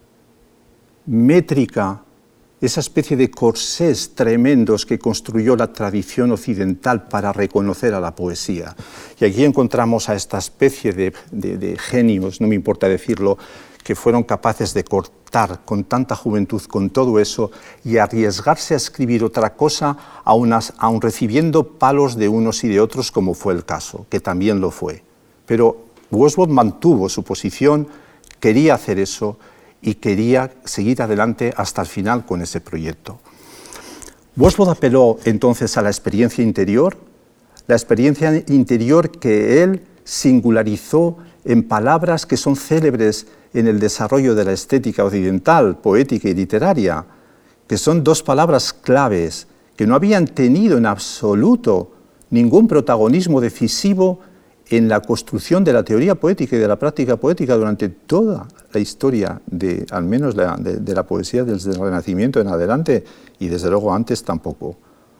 métrica, esa especie de corsés tremendos que construyó la tradición occidental para reconocer a la poesía. Y aquí encontramos a esta especie de, de, de genios, no me importa decirlo, que fueron capaces de cortar con tanta juventud con todo eso y arriesgarse a escribir otra cosa, aun, aun recibiendo palos de unos y de otros, como fue el caso, que también lo fue. Pero Wordsworth mantuvo su posición, quería hacer eso, y quería seguir adelante hasta el final con ese proyecto. Wordsworth apeló entonces a la experiencia interior, la experiencia interior que él singularizó en palabras que son célebres en el desarrollo de la estética occidental, poética y literaria, que son dos palabras claves que no habían tenido en absoluto ningún protagonismo decisivo en la construcción de la teoría poética y de la práctica poética durante toda la historia, de, al menos la, de, de la poesía desde el Renacimiento en adelante, y desde luego antes tampoco,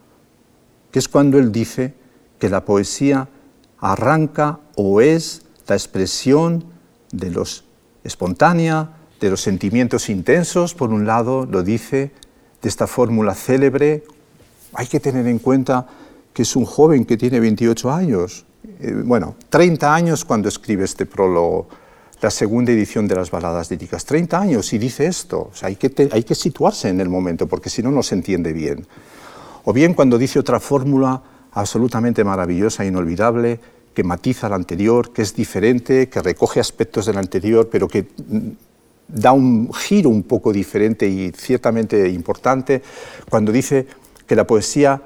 que es cuando él dice que la poesía arranca o es la expresión de los espontánea, de los sentimientos intensos, por un lado, lo dice de esta fórmula célebre. Hay que tener en cuenta que es un joven que tiene veintiocho años, eh, bueno, treinta años cuando escribe este prólogo, la segunda edición de las baladas líricas, treinta años, y dice esto. O sea, hay que, te, hay que situarse en el momento, porque si no, no se entiende bien. O bien cuando dice otra fórmula absolutamente maravillosa, inolvidable, que matiza la anterior, que es diferente, que recoge aspectos del anterior, pero que da un giro un poco diferente y ciertamente importante, cuando dice que la poesía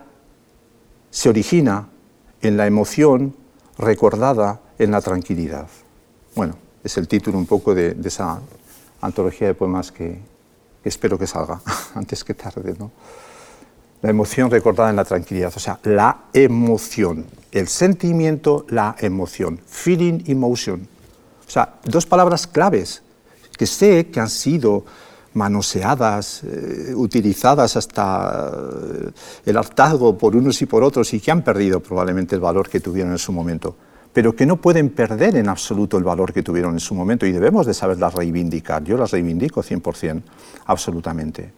se origina en la emoción recordada en la tranquilidad. Bueno, es el título un poco de, de esa antología de poemas que, que espero que salga antes que tarde, ¿no? La emoción recordada en la tranquilidad, o sea, la emoción, el sentimiento, la emoción, feeling, emotion. O sea, dos palabras claves que sé que han sido manoseadas, eh, utilizadas hasta eh, el hartazgo por unos y por otros y que han perdido probablemente el valor que tuvieron en su momento, pero que no pueden perder en absoluto el valor que tuvieron en su momento y debemos de saberlas reivindicar. Yo las reivindico cien por cien, absolutamente.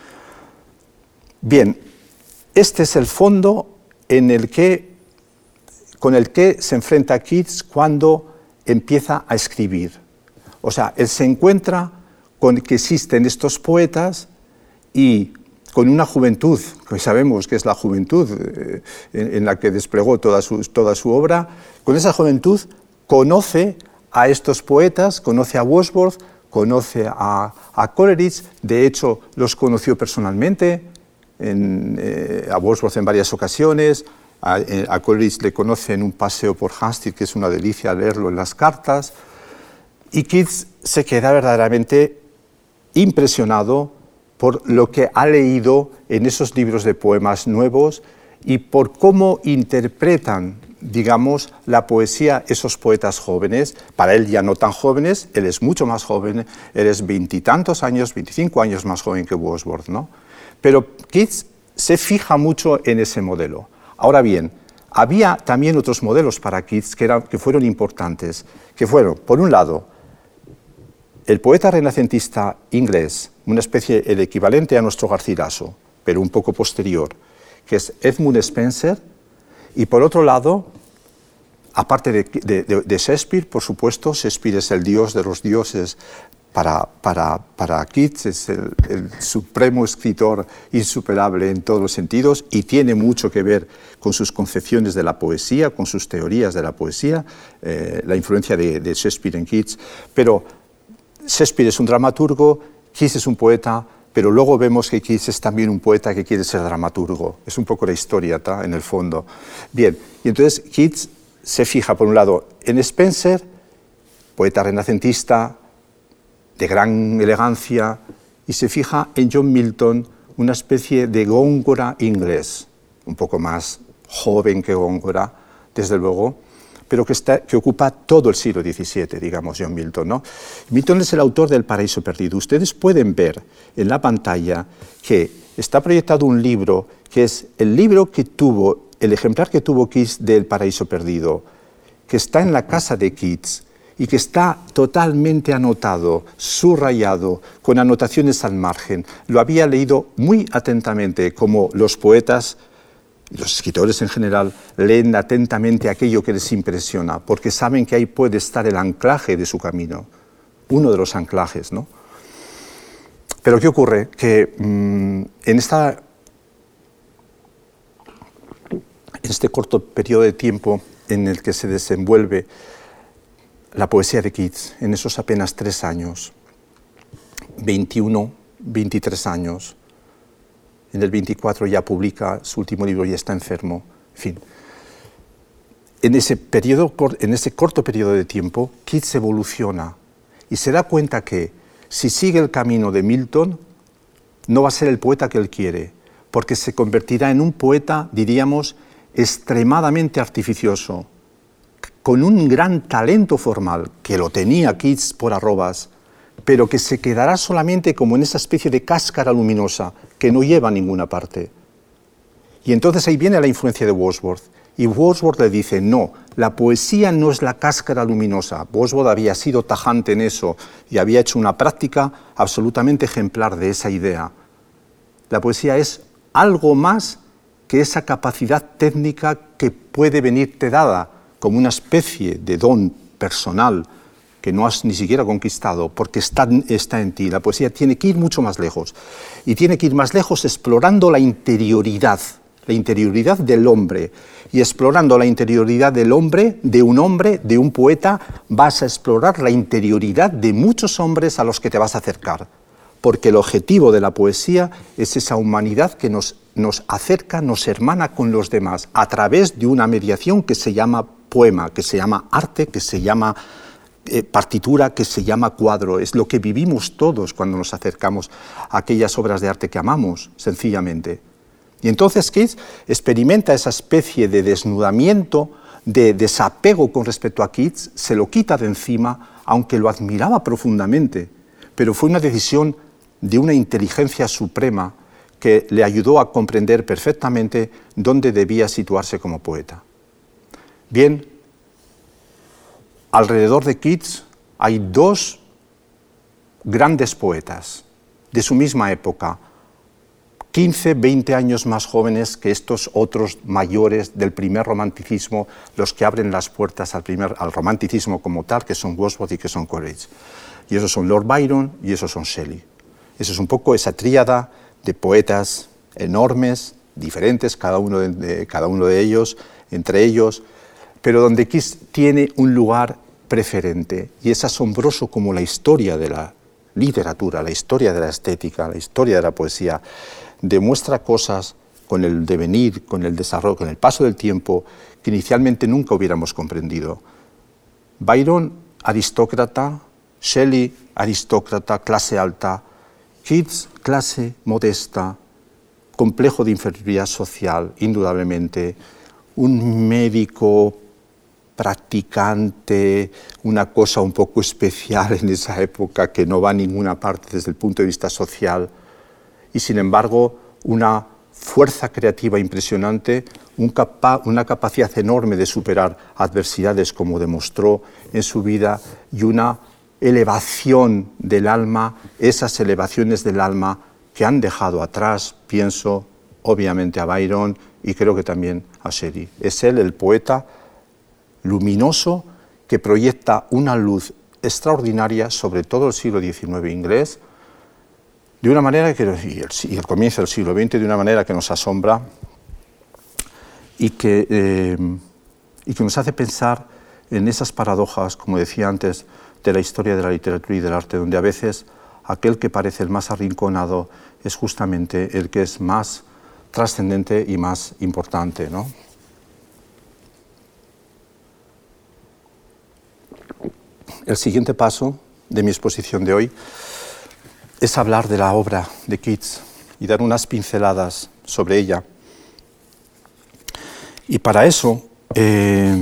Bien, este es el fondo en el que, con el que se enfrenta Keats cuando empieza a escribir. O sea, él se encuentra con que existen estos poetas y con una juventud, que sabemos que es la juventud eh, en, en la que desplegó toda su, toda su obra, con esa juventud conoce a estos poetas, conoce a Wordsworth, conoce a, a Coleridge, de hecho los conoció personalmente, en, eh, a Wordsworth en varias ocasiones, a, a Coleridge le conoce en un paseo por Hampstead, que es una delicia leerlo en las cartas, y Keats se queda verdaderamente impresionado por lo que ha leído en esos libros de poemas nuevos y por cómo interpretan, digamos, la poesía esos poetas jóvenes. Para él ya no tan jóvenes, él es mucho más joven, él es veintitantos años, veinticinco años más joven que Wordsworth, ¿no? Pero Keats se fija mucho en ese modelo. Ahora bien, había también otros modelos para Keats que, eran, que fueron importantes, que fueron, por un lado, el poeta renacentista inglés, una especie, el equivalente a nuestro Garcilaso, pero un poco posterior, que es Edmund Spenser, y por otro lado, aparte de, de, de Shakespeare, por supuesto, Shakespeare es el dios de los dioses, para, para, para Keats es el, el supremo escritor insuperable en todos los sentidos y tiene mucho que ver con sus concepciones de la poesía, con sus teorías de la poesía, eh, la influencia de, de Shakespeare en Keats, pero Shakespeare es un dramaturgo, Keats es un poeta, pero luego vemos que Keats es también un poeta que quiere ser dramaturgo. Es un poco la historia, ¿tá? En el fondo. Bien, y entonces Keats se fija, por un lado, en Spenser, poeta renacentista, de gran elegancia, y se fija en John Milton, una especie de Góngora inglés, un poco más joven que Góngora, desde luego, pero que, está, que ocupa todo el siglo diecisiete, digamos, John Milton, ¿no? Milton es el autor del Paraíso Perdido. Ustedes pueden ver en la pantalla que está proyectado un libro, que es el libro que tuvo, el ejemplar que tuvo Keats del Paraíso Perdido, que está en la casa de Keats y que está totalmente anotado, subrayado, con anotaciones al margen. Lo había leído muy atentamente, como los poetas y los escritores en general leen atentamente aquello que les impresiona, porque saben que ahí puede estar el anclaje de su camino, uno de los anclajes, ¿no? Pero ¿qué ocurre? Que mmm, en, esta, en este corto periodo de tiempo en el que se desenvuelve la poesía de Keats, en esos apenas tres años, veintiuno, veintitrés años, en el veinticuatro ya publica su último libro y está enfermo, en fin. En ese, periodo, en ese corto periodo de tiempo, Keats evoluciona y se da cuenta que si sigue el camino de Milton, no va a ser el poeta que él quiere, porque se convertirá en un poeta, diríamos, extremadamente artificioso, con un gran talento formal, que lo tenía Keats por arrobas, pero que se quedará solamente como en esa especie de cáscara luminosa que no lleva a ninguna parte. Y entonces ahí viene la influencia de Wordsworth, y Wordsworth le dice, no, la poesía no es la cáscara luminosa. Wordsworth había sido tajante en eso y había hecho una práctica absolutamente ejemplar de esa idea. La poesía es algo más que esa capacidad técnica que puede venirte dada como una especie de don personal que no has ni siquiera conquistado, porque está, está en ti. La poesía tiene que ir mucho más lejos, y tiene que ir más lejos explorando la interioridad, la interioridad del hombre, y explorando la interioridad del hombre, de un hombre, de un poeta, vas a explorar la interioridad de muchos hombres a los que te vas a acercar, porque el objetivo de la poesía es esa humanidad que nos, nos acerca, nos hermana con los demás, a través de una mediación que se llama poema, que se llama arte, que se llama Eh, partitura, que se llama cuadro. Es lo que vivimos todos cuando nos acercamos a aquellas obras de arte que amamos, sencillamente. Y entonces Keats experimenta esa especie de desnudamiento, de desapego con respecto a Keats, se lo quita de encima, aunque lo admiraba profundamente, pero fue una decisión de una inteligencia suprema que le ayudó a comprender perfectamente dónde debía situarse como poeta. Bien, alrededor de Keats hay dos grandes poetas de su misma época, quince, veinte años más jóvenes que estos otros mayores del primer romanticismo, los que abren las puertas al, primer, al romanticismo como tal, que son Wordsworth y que son Coleridge. Y esos son Lord Byron y esos son Shelley. Eso es un poco esa tríada de poetas enormes, diferentes cada uno de, de, cada uno de ellos, entre ellos, pero donde Keats tiene un lugar preferente, y es asombroso como la historia de la literatura, la historia de la estética, la historia de la poesía, demuestra cosas con el devenir, con el desarrollo, con el paso del tiempo, que inicialmente nunca hubiéramos comprendido. Byron, aristócrata, Shelley, aristócrata, clase alta, Keats, clase modesta, complejo de inferioridad social, indudablemente, un médico practicante, una cosa un poco especial en esa época que no va a ninguna parte desde el punto de vista social, y sin embargo una fuerza creativa impresionante, un capa- una capacidad enorme de superar adversidades como demostró en su vida, y una elevación del alma, esas elevaciones del alma que han dejado atrás, pienso obviamente a Byron y creo que también a Shelley. Es él el poeta luminoso que proyecta una luz extraordinaria sobre todo el siglo diecinueve inglés, de una manera que, y el, y el comienzo del siglo veinte, de una manera que nos asombra y que, eh, y que nos hace pensar en esas paradojas, como decía antes, de la historia de la literatura y del arte, donde a veces aquel que parece el más arrinconado es justamente el que es más trascendente y más importante, ¿no? El siguiente paso de mi exposición de hoy es hablar de la obra de Keats y dar unas pinceladas sobre ella. Y para eso eh,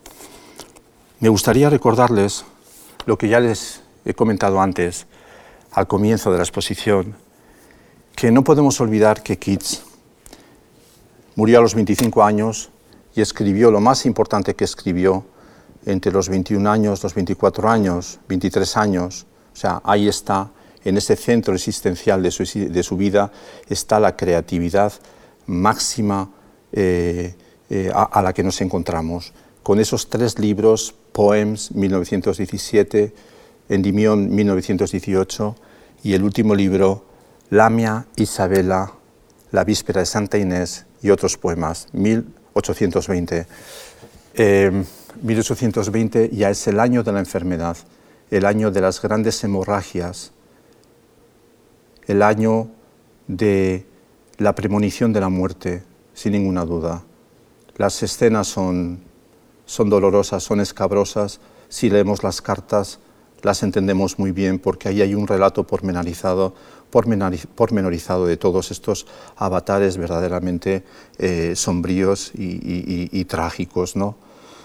me gustaría recordarles lo que ya les he comentado antes, al comienzo de la exposición, que no podemos olvidar que Keats murió a los veinticinco años y escribió lo más importante que escribió entre los veintiún años, los veinticuatro años, veintitrés años. O sea, ahí está, en ese centro existencial de su, de su vida, está la creatividad máxima eh, eh, a, a la que nos encontramos. Con esos tres libros, Poems, mil novecientos diecisiete, Endymion, mil novecientos dieciocho, y el último libro, Lamia, Isabella, La víspera de Santa Inés y otros poemas, mil ochocientos veinte. Eh, mil ochocientos veinte ya es el año de la enfermedad, el año de las grandes hemorragias, el año de la premonición de la muerte, sin ninguna duda. Las escenas son, son dolorosas, son escabrosas. Si leemos las cartas, las entendemos muy bien, porque ahí hay un relato pormenorizado, pormenorizado de todos estos avatares verdaderamente eh, sombríos y, y, y, y trágicos, ¿no?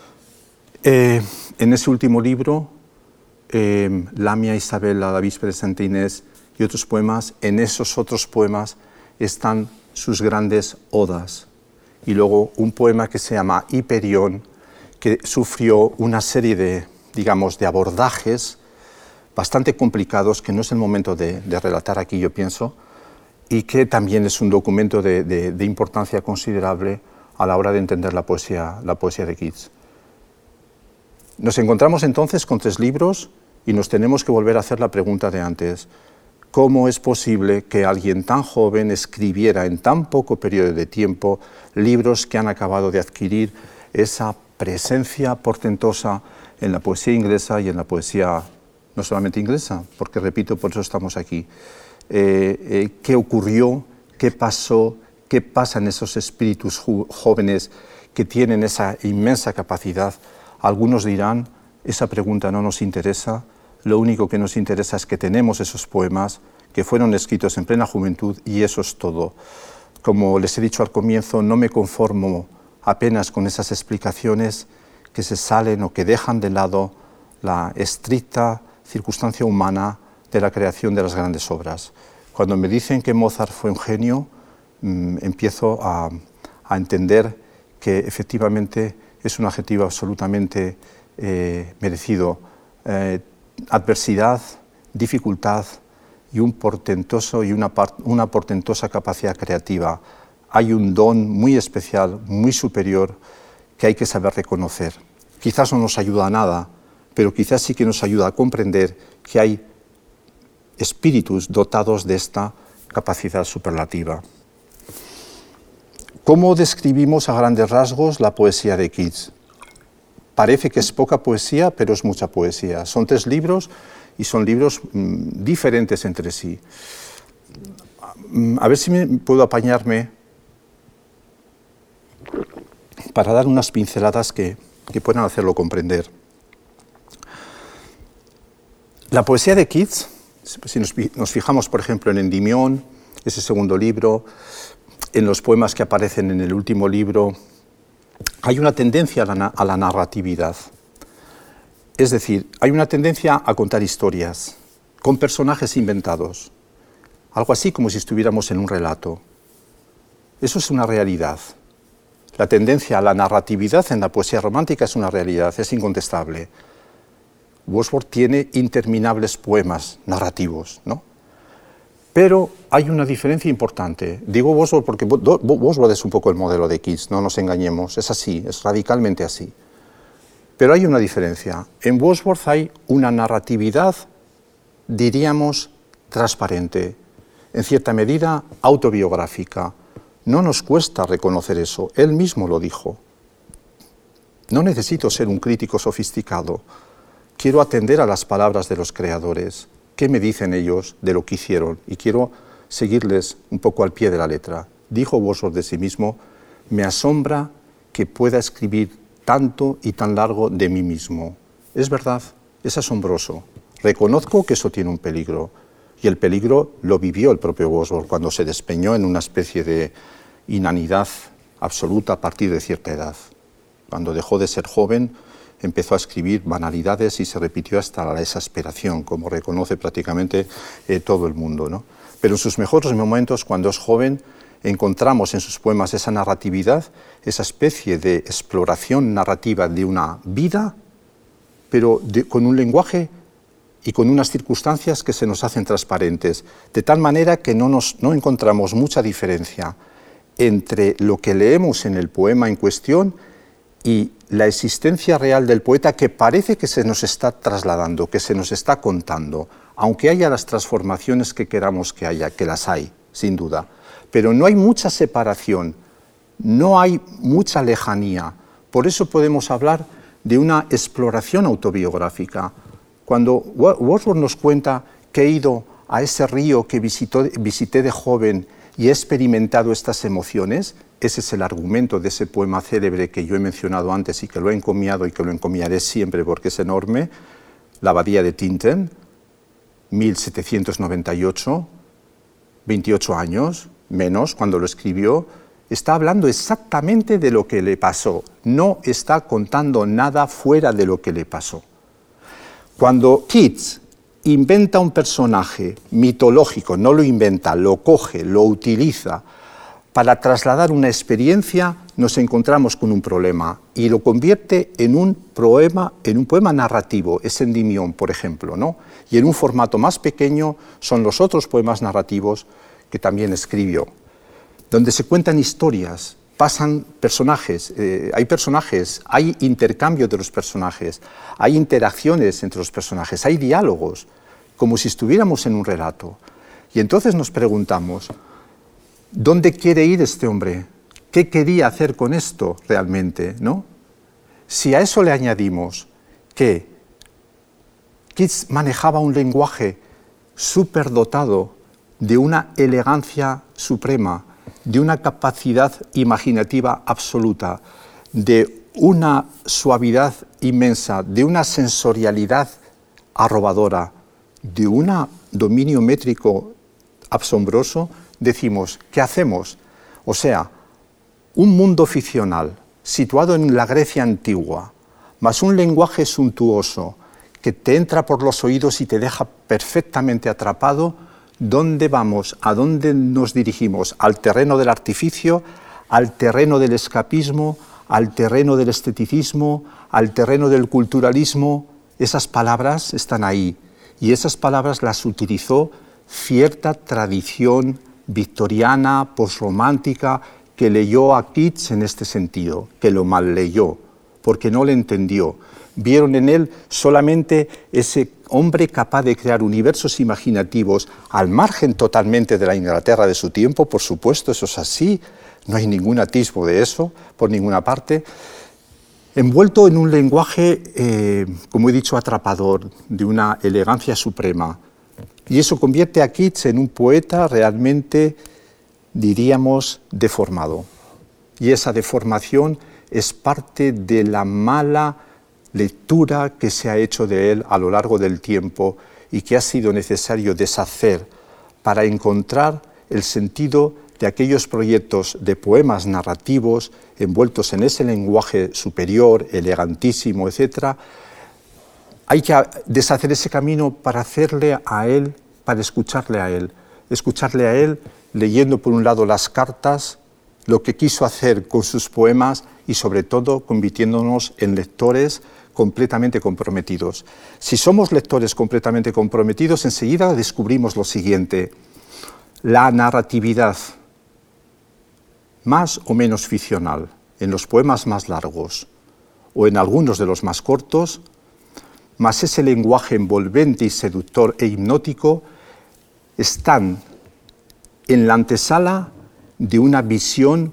Eh, en ese último libro, eh, Lamia, Isabella, La víspera de Santa Inés y otros poemas, en esos otros poemas están sus grandes odas. Y luego un poema que se llama Hiperión, que sufrió una serie de, digamos, de abordajes bastante complicados, que no es el momento de, de relatar aquí, yo pienso, y que también es un documento de, de, de importancia considerable a la hora de entender la poesía, la poesía de Keats. Nos encontramos entonces con tres libros y nos tenemos que volver a hacer la pregunta de antes. ¿Cómo es posible que alguien tan joven escribiera en tan poco periodo de tiempo libros que han acabado de adquirir esa presencia portentosa en la poesía inglesa y en la poesía no solamente inglesa, porque repito, por eso estamos aquí? Eh, eh, ¿Qué ocurrió? ¿Qué pasó? ¿Qué pasa en esos espíritus jóvenes que tienen esa inmensa capacidad? Algunos dirán, esa pregunta no nos interesa, lo único que nos interesa es que tenemos esos poemas que fueron escritos en plena juventud y eso es todo. Como les he dicho al comienzo, no me conformo apenas con esas explicaciones que se salen o que dejan de lado la estricta circunstancia humana de la creación de las grandes obras. Cuando me dicen que Mozart fue un genio, mmm, empiezo a, a entender que efectivamente es un adjetivo absolutamente eh, merecido. Eh, adversidad, dificultad y un portentoso y una, una portentosa capacidad creativa. Hay un don muy especial, muy superior, que hay que saber reconocer. Quizás no nos ayuda a nada, pero quizás sí que nos ayuda a comprender que hay espíritus dotados de esta capacidad superlativa. ¿Cómo describimos a grandes rasgos la poesía de Keats? Parece que es poca poesía, pero es mucha poesía. Son tres libros y son libros mmm, diferentes entre sí. A ver si me puedo apañarme para dar unas pinceladas que, que puedan hacerlo comprender. La poesía de Keats, si nos, nos fijamos, por ejemplo, en Endymion, ese segundo libro, en los poemas que aparecen en el último libro, hay una tendencia a la, a la narratividad. Es decir, hay una tendencia a contar historias con personajes inventados, algo así como si estuviéramos en un relato. Eso es una realidad. La tendencia a la narratividad en la poesía romántica es una realidad, es incontestable. Wordsworth tiene interminables poemas narrativos, ¿no? Pero hay una diferencia importante. Digo Wordsworth porque Wordsworth es un poco el modelo de Keats, no nos engañemos, es así, es radicalmente así. Pero hay una diferencia. En Wordsworth hay una narratividad, diríamos, transparente, en cierta medida autobiográfica. No nos cuesta reconocer eso, él mismo lo dijo. No necesito ser un crítico sofisticado. quiero atender a las palabras de los creadores. ¿Qué me dicen ellos de lo que hicieron? Y quiero seguirles un poco al pie de la letra. Dijo Wordsworth de sí mismo: me asombra que pueda escribir tanto y tan largo de mí mismo. Es verdad, es asombroso. Reconozco que eso tiene un peligro. Y el peligro lo vivió el propio Wordsworth cuando se despeñó en una especie de inanidad absoluta a partir de cierta edad. Cuando dejó de ser joven, empezó a escribir banalidades y se repitió hasta la exasperación, como reconoce prácticamente eh, todo el mundo, ¿no? Pero en sus mejores momentos, cuando es joven, encontramos en sus poemas esa narratividad, esa especie de exploración narrativa de una vida, pero de, con un lenguaje y con unas circunstancias que se nos hacen transparentes, de tal manera que no, nos, no encontramos mucha diferencia entre lo que leemos en el poema en cuestión y la existencia real del poeta, que parece que se nos está trasladando, que se nos está contando, aunque haya las transformaciones que queramos que haya, que las hay, sin duda. Pero no hay mucha separación, no hay mucha lejanía. Por eso podemos hablar de una exploración autobiográfica. Cuando Wordsworth nos cuenta que he ido a ese río que visitó, visité de joven y he experimentado estas emociones, ese es el argumento de ese poema célebre que yo he mencionado antes y que lo he encomiado y que lo encomiaré siempre porque es enorme, La abadía de Tintern, mil setecientos noventa y ocho, veintiocho años, menos cuando lo escribió, está hablando exactamente de lo que le pasó, no está contando nada fuera de lo que le pasó. Cuando Keats inventa un personaje mitológico, no lo inventa, lo coge, lo utiliza para trasladar una experiencia, nos encontramos con un problema y lo convierte en un poema, en un poema narrativo, es Endymion, por ejemplo, ¿no? Y en un formato más pequeño son los otros poemas narrativos que también escribió, donde se cuentan historias, pasan personajes, eh, hay personajes, hay intercambio de los personajes, hay interacciones entre los personajes, hay diálogos, como si estuviéramos en un relato. Y entonces nos preguntamos, ¿dónde quiere ir este hombre? ¿Qué quería hacer con esto realmente, ¿no? Si a eso le añadimos que Keats manejaba un lenguaje superdotado de una elegancia suprema, de una capacidad imaginativa absoluta, de una suavidad inmensa, de una sensorialidad arrobadora, de un dominio métrico asombroso, decimos, ¿qué hacemos? O sea, un mundo ficcional situado en la Grecia antigua, más un lenguaje suntuoso que te entra por los oídos y te deja perfectamente atrapado. ¿Dónde vamos? ¿A dónde nos dirigimos? ¿Al terreno del artificio? ¿Al terreno del escapismo? ¿Al terreno del esteticismo? ¿Al terreno del culturalismo? Esas palabras están ahí y esas palabras las utilizó cierta tradición victoriana, posromántica, que leyó a Keats en este sentido, que lo mal leyó, porque no le entendió. Vieron en él solamente ese hombre capaz de crear universos imaginativos al margen totalmente de la Inglaterra de su tiempo, por supuesto, eso es así, no hay ningún atisbo de eso por ninguna parte, envuelto en un lenguaje, eh, como he dicho, atrapador, de una elegancia suprema. Y eso convierte a Keats en un poeta realmente, diríamos, deformado. Y esa deformación es parte de la mala lectura que se ha hecho de él a lo largo del tiempo y que ha sido necesario deshacer para encontrar el sentido de aquellos proyectos de poemas narrativos envueltos en ese lenguaje superior, elegantísimo, etcétera. Hay que deshacer ese camino para hacerle a él, para escucharle a él, escucharle a él leyendo por un lado las cartas, lo que quiso hacer con sus poemas y sobre todo convirtiéndonos en lectores completamente comprometidos. Si somos lectores completamente comprometidos, enseguida descubrimos lo siguiente: la narratividad, más o menos ficcional, en los poemas más largos o en algunos de los más cortos, más ese lenguaje envolvente y seductor e hipnótico, están en la antesala de una visión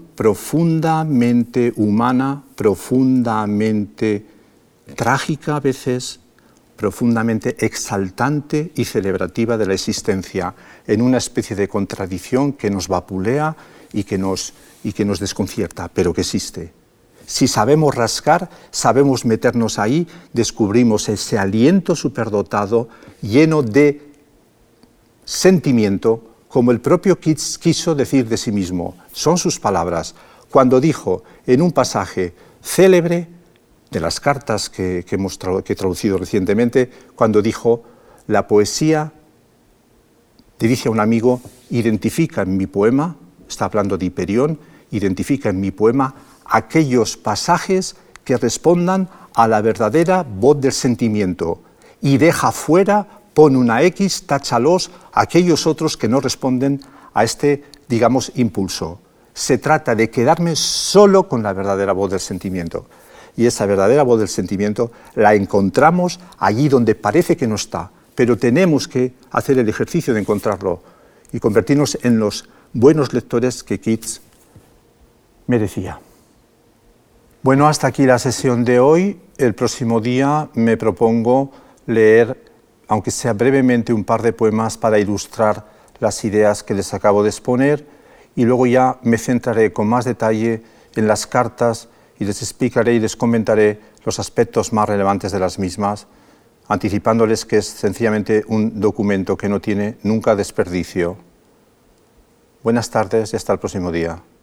profundamente humana, profundamente trágica a veces, profundamente exaltante y celebrativa de la existencia, en una especie de contradicción que nos vapulea y que nos, y que nos desconcierta, pero que existe. Si sabemos rascar, sabemos meternos ahí, descubrimos ese aliento superdotado, lleno de sentimiento, como el propio Keats quiso decir de sí mismo. Son sus palabras, cuando dijo en un pasaje célebre de las cartas que, que, hemos tra que he traducido recientemente, cuando dijo, la poesía, dirige a un amigo, identifica en mi poema, está hablando de Hiperión, identifica en mi poema aquellos pasajes que respondan a la verdadera voz del sentimiento y deja fuera, pone una X, táchalos, aquellos otros que no responden a este, digamos, impulso. Se trata de quedarme solo con la verdadera voz del sentimiento. Y esa verdadera voz del sentimiento la encontramos allí donde parece que no está, pero tenemos que hacer el ejercicio de encontrarlo y convertirnos en los buenos lectores que Keats merecía. Bueno, hasta aquí la sesión de hoy. El próximo día me propongo leer, aunque sea brevemente, un par de poemas para ilustrar las ideas que les acabo de exponer, y luego ya me centraré con más detalle en las cartas y les explicaré y les comentaré los aspectos más relevantes de las mismas, anticipándoles que es sencillamente un documento que no tiene nunca desperdicio. Buenas tardes y hasta el próximo día.